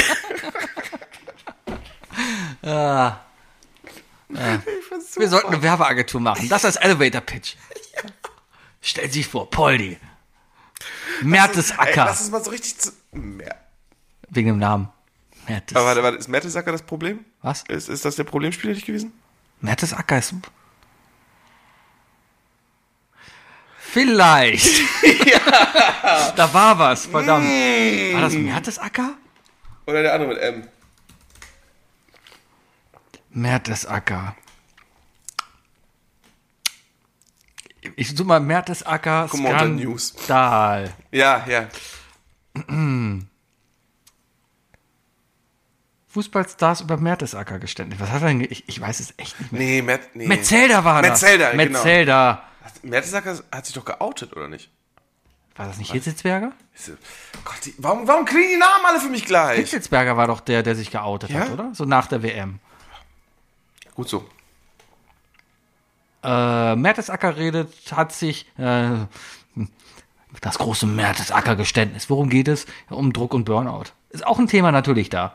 Ah. Ja. Wir sollten eine Werbeagentur machen. Das als Elevator Pitch. Ja. Stell sich vor, Poldi. Mertesacker. Ey, lass uns mal so richtig zu. Mer Wegen dem Namen. Mertes. Aber warte, warte, ist Mertesacker das Problem? Was? Ist, ist das der Problemspieler nicht gewesen? Mertesacker ist. Vielleicht. Ja. Da war was, verdammt. War das Mertesacker? Oder der andere mit M? Mertesacker. Ich suche mal Mertesacker Guck mal unter News. Skandal. Ja, ja. Fußballstars über Mertesacker Geständnis. Was hat er denn? ge- Ich, ich weiß es echt nicht mehr. Nee, Met, nee. Metzelder war das. Metzelder, genau. Metzelder. Mertesacker hat sich doch geoutet, oder nicht? War das nicht Hitzelsberger? Ist- Gott, die, warum, warum kriegen die Namen alle für mich gleich? Hitzelsberger war doch der, der sich geoutet Ja? hat, oder? So nach der W M. Gut so. Äh, Mertesacker redet, hat sich äh, das große Mertesacker-Geständnis. Worum geht es? Um Druck und Burnout. Ist auch ein Thema natürlich da.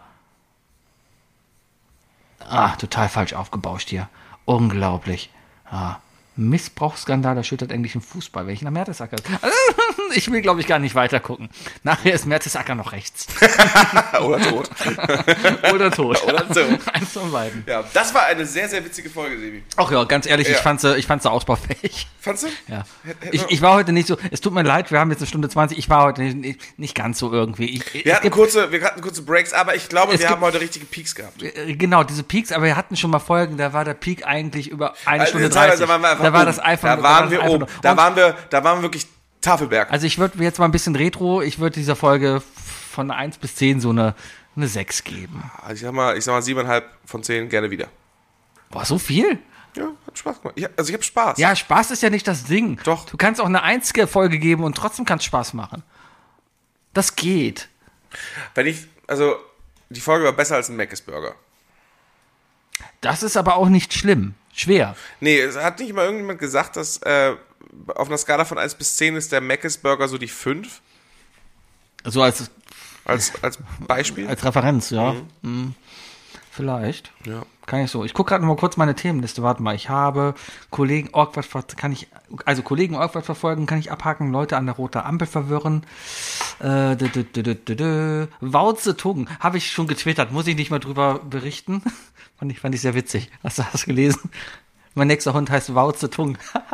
Ah, total falsch aufgebauscht hier. Unglaublich. Ah, Missbrauchsskandal erschüttert englischen Fußball. Welchen nach Mertesacker? Ich will, glaube ich, gar nicht weiter gucken. Nachher ist Mertesacker noch rechts. Oder tot. Oder tot. Oder tot. Eins von beiden. Ja, das war eine sehr, sehr witzige Folge, Sebi. Ach ja, ganz ehrlich, Ja. ich fand sie ich fand's ausbaufähig. Fandst du? Ja. Hätt- hätten Ich, wir- ich war heute nicht so, es tut mir leid, wir haben jetzt eine Stunde zwanzig, ich war heute nicht, nicht ganz so irgendwie. Ich, Wir es hatten, gibt, kurze, wir hatten kurze Breaks, aber ich glaube, Es wir gibt- haben heute richtige Peaks gehabt. äh, genau, diese Peaks, aber wir hatten schon mal Folgen, da war der Peak eigentlich über eine Also, Stunde teilweise dreißig. waren wir einfach Da war oben. das einfach Da nur- waren das wir einfach oben. nur- Da Und- waren wir, da waren wir wirklich Tafelberg. Also ich würde jetzt mal ein bisschen retro, ich würde dieser Folge von eins bis zehn so eine, eine sechs geben. Also ich sag mal, ich sag mal siebeneinhalb von zehn gerne wieder. Boah, so viel? Ja, hat Spaß gemacht. Ich, also ich habe Spaß. Ja, Spaß ist ja nicht das Ding. Doch. Du kannst auch eine einzige Folge geben und trotzdem kann es Spaß machen. Das geht. Wenn ich, also die Folge war besser als ein Mc's Burger. Das ist aber auch nicht schlimm. Schwer. Nee, es hat nicht mal irgendjemand gesagt, dass äh, auf einer Skala von eins bis zehn ist der Mc's Burger so die fünf So als, als, als Beispiel. als Referenz, ja. Mhm. Vielleicht. Ja. Kann ich so. Ich gucke gerade noch mal kurz meine Themenliste. Warte mal. Ich habe Kollegen Awkward ver- kann ich also Kollegen Awkward verfolgen, kann ich abhaken, Leute an der roten Ampel verwirren. Äh, dü, dü, dü, dü, dü, dü. Wauze Tuggen. Habe ich schon getwittert. Muss ich nicht mal drüber berichten? fand, ich, fand ich sehr witzig. Hast du das gelesen? Mein nächster Hund heißt Wauze Tuggen.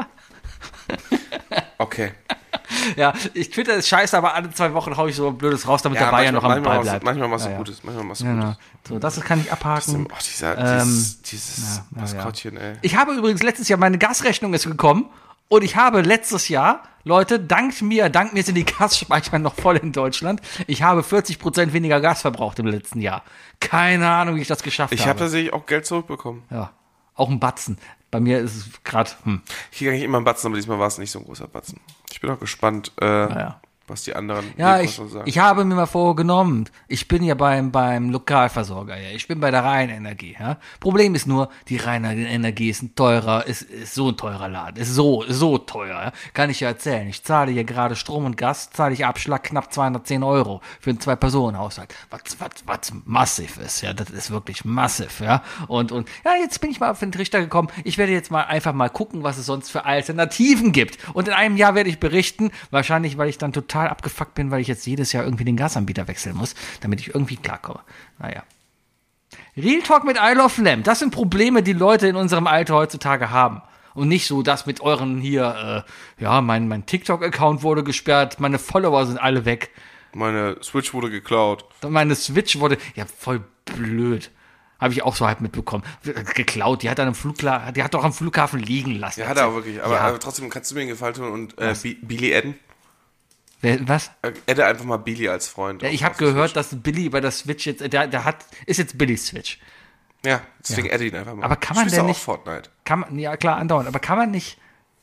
Okay. Ja, ich twitter ist scheiße, aber alle zwei Wochen haue ich so ein blödes raus, damit der Bayern noch am manchmal Ball machst du- bleibt. Manchmal machst du Ja, ja. Gutes, manchmal machst du Genau. Gutes. So, das kann ich abhaken. Oh, dieser, Ähm, dieses, dieses ja, ja. Maskottchen, ey. Ich habe übrigens letztes Jahr, meine Gasrechnung ist gekommen und ich habe letztes Jahr, Leute, dank mir, dank mir sind die Gasspeicher noch voll in Deutschland. Ich habe vierzig Prozent weniger Gas verbraucht im letzten Jahr. Keine Ahnung, wie ich das geschafft Ich habe habe. tatsächlich auch Geld zurückbekommen. Ja, auch ein Batzen. Bei mir ist es gerade, hm, Ich kriege eigentlich immer einen Batzen, aber diesmal war es nicht so ein großer Batzen. Ich bin auch gespannt, äh, naja. was die anderen Ja, ich, Nebenkosten sagen. ich habe mir mal vorgenommen, ich bin ja beim, beim Lokalversorger, ja. Ich bin bei der Rheinenergie, ja. Problem ist nur, die Rheinenergie ist ein teurer, ist, ist so ein teurer Laden, ist so, so teuer, ja. Kann ich ja erzählen. Ich zahle hier gerade Strom und Gas, zahle ich Abschlag knapp zweihundertzehn Euro für einen Zwei-Personen-Haushalt. Was, was, was massiv ist, ja. Das ist wirklich massiv, ja. Und, und, ja, jetzt bin ich mal auf den Trichter gekommen. Ich werde jetzt mal einfach mal gucken, was es sonst für Alternativen gibt. Und in einem Jahr werde ich berichten, wahrscheinlich, weil ich dann total abgefuckt bin, weil ich jetzt jedes Jahr irgendwie den Gasanbieter wechseln muss, damit ich irgendwie klarkomme. Naja. Real Talk mit I Love Lamb. Das sind Probleme, die Leute in unserem Alter heutzutage haben. Und nicht so, dass mit euren hier, äh, ja, mein, mein TikTok-Account wurde gesperrt, meine Follower sind alle weg. Meine Switch wurde geklaut. Meine Switch wurde, ja, voll blöd. Habe ich auch so halb mitbekommen. Geklaut, die hat dann am Flugla- die hat doch am Flughafen liegen lassen. Ja, hat er auch wirklich. Aber, Ja. aber trotzdem kannst du mir einen Gefallen tun und äh, Bi- Billy adden. Wer, was? Äh, Adde einfach mal Billy als Freund. Ja, auf- ich habe auf der gehört, Switch. dass Billy bei der Switch jetzt, der, der hat, ist jetzt Billys Switch. Ja, deswegen Ja. adde ihn einfach mal. Aber kann man Spielst denn du nicht- auch Fortnite? Kann man, ja klar, andauernd, aber kann man nicht,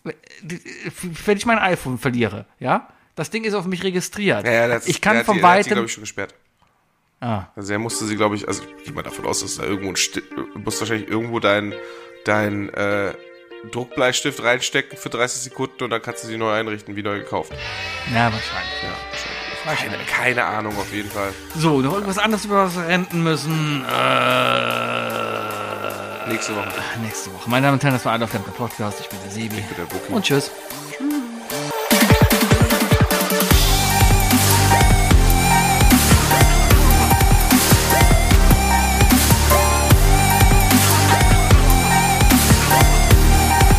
wenn ich mein iPhone verliere, ja? Das Ding ist auf mich registriert. Ja, ja, das, ich kann der hat vom die, der hat die, Weitem, glaube ich, schon gesperrt. ah, Also er musste sie, glaube ich, also ich gehe mal davon aus, dass da irgendwo ein Sti- du musst wahrscheinlich irgendwo dein, dein äh, Druckbleistift reinstecken für dreißig Sekunden und dann kannst du sie neu einrichten, wie neu gekauft. ja, wahrscheinlich. Ja, wahrscheinlich. Keine, keine Ahnung auf jeden Fall. So, noch irgendwas anderes, über was wir renten müssen, äh, Nächste Woche. nächste Woche. Meine Damen und Herren, das war Adolf Lemke Podcast, ich bin der Sebi. Ich bin der Buki. Und tschüss.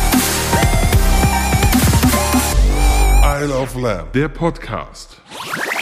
I Love Lamb, der Podcast.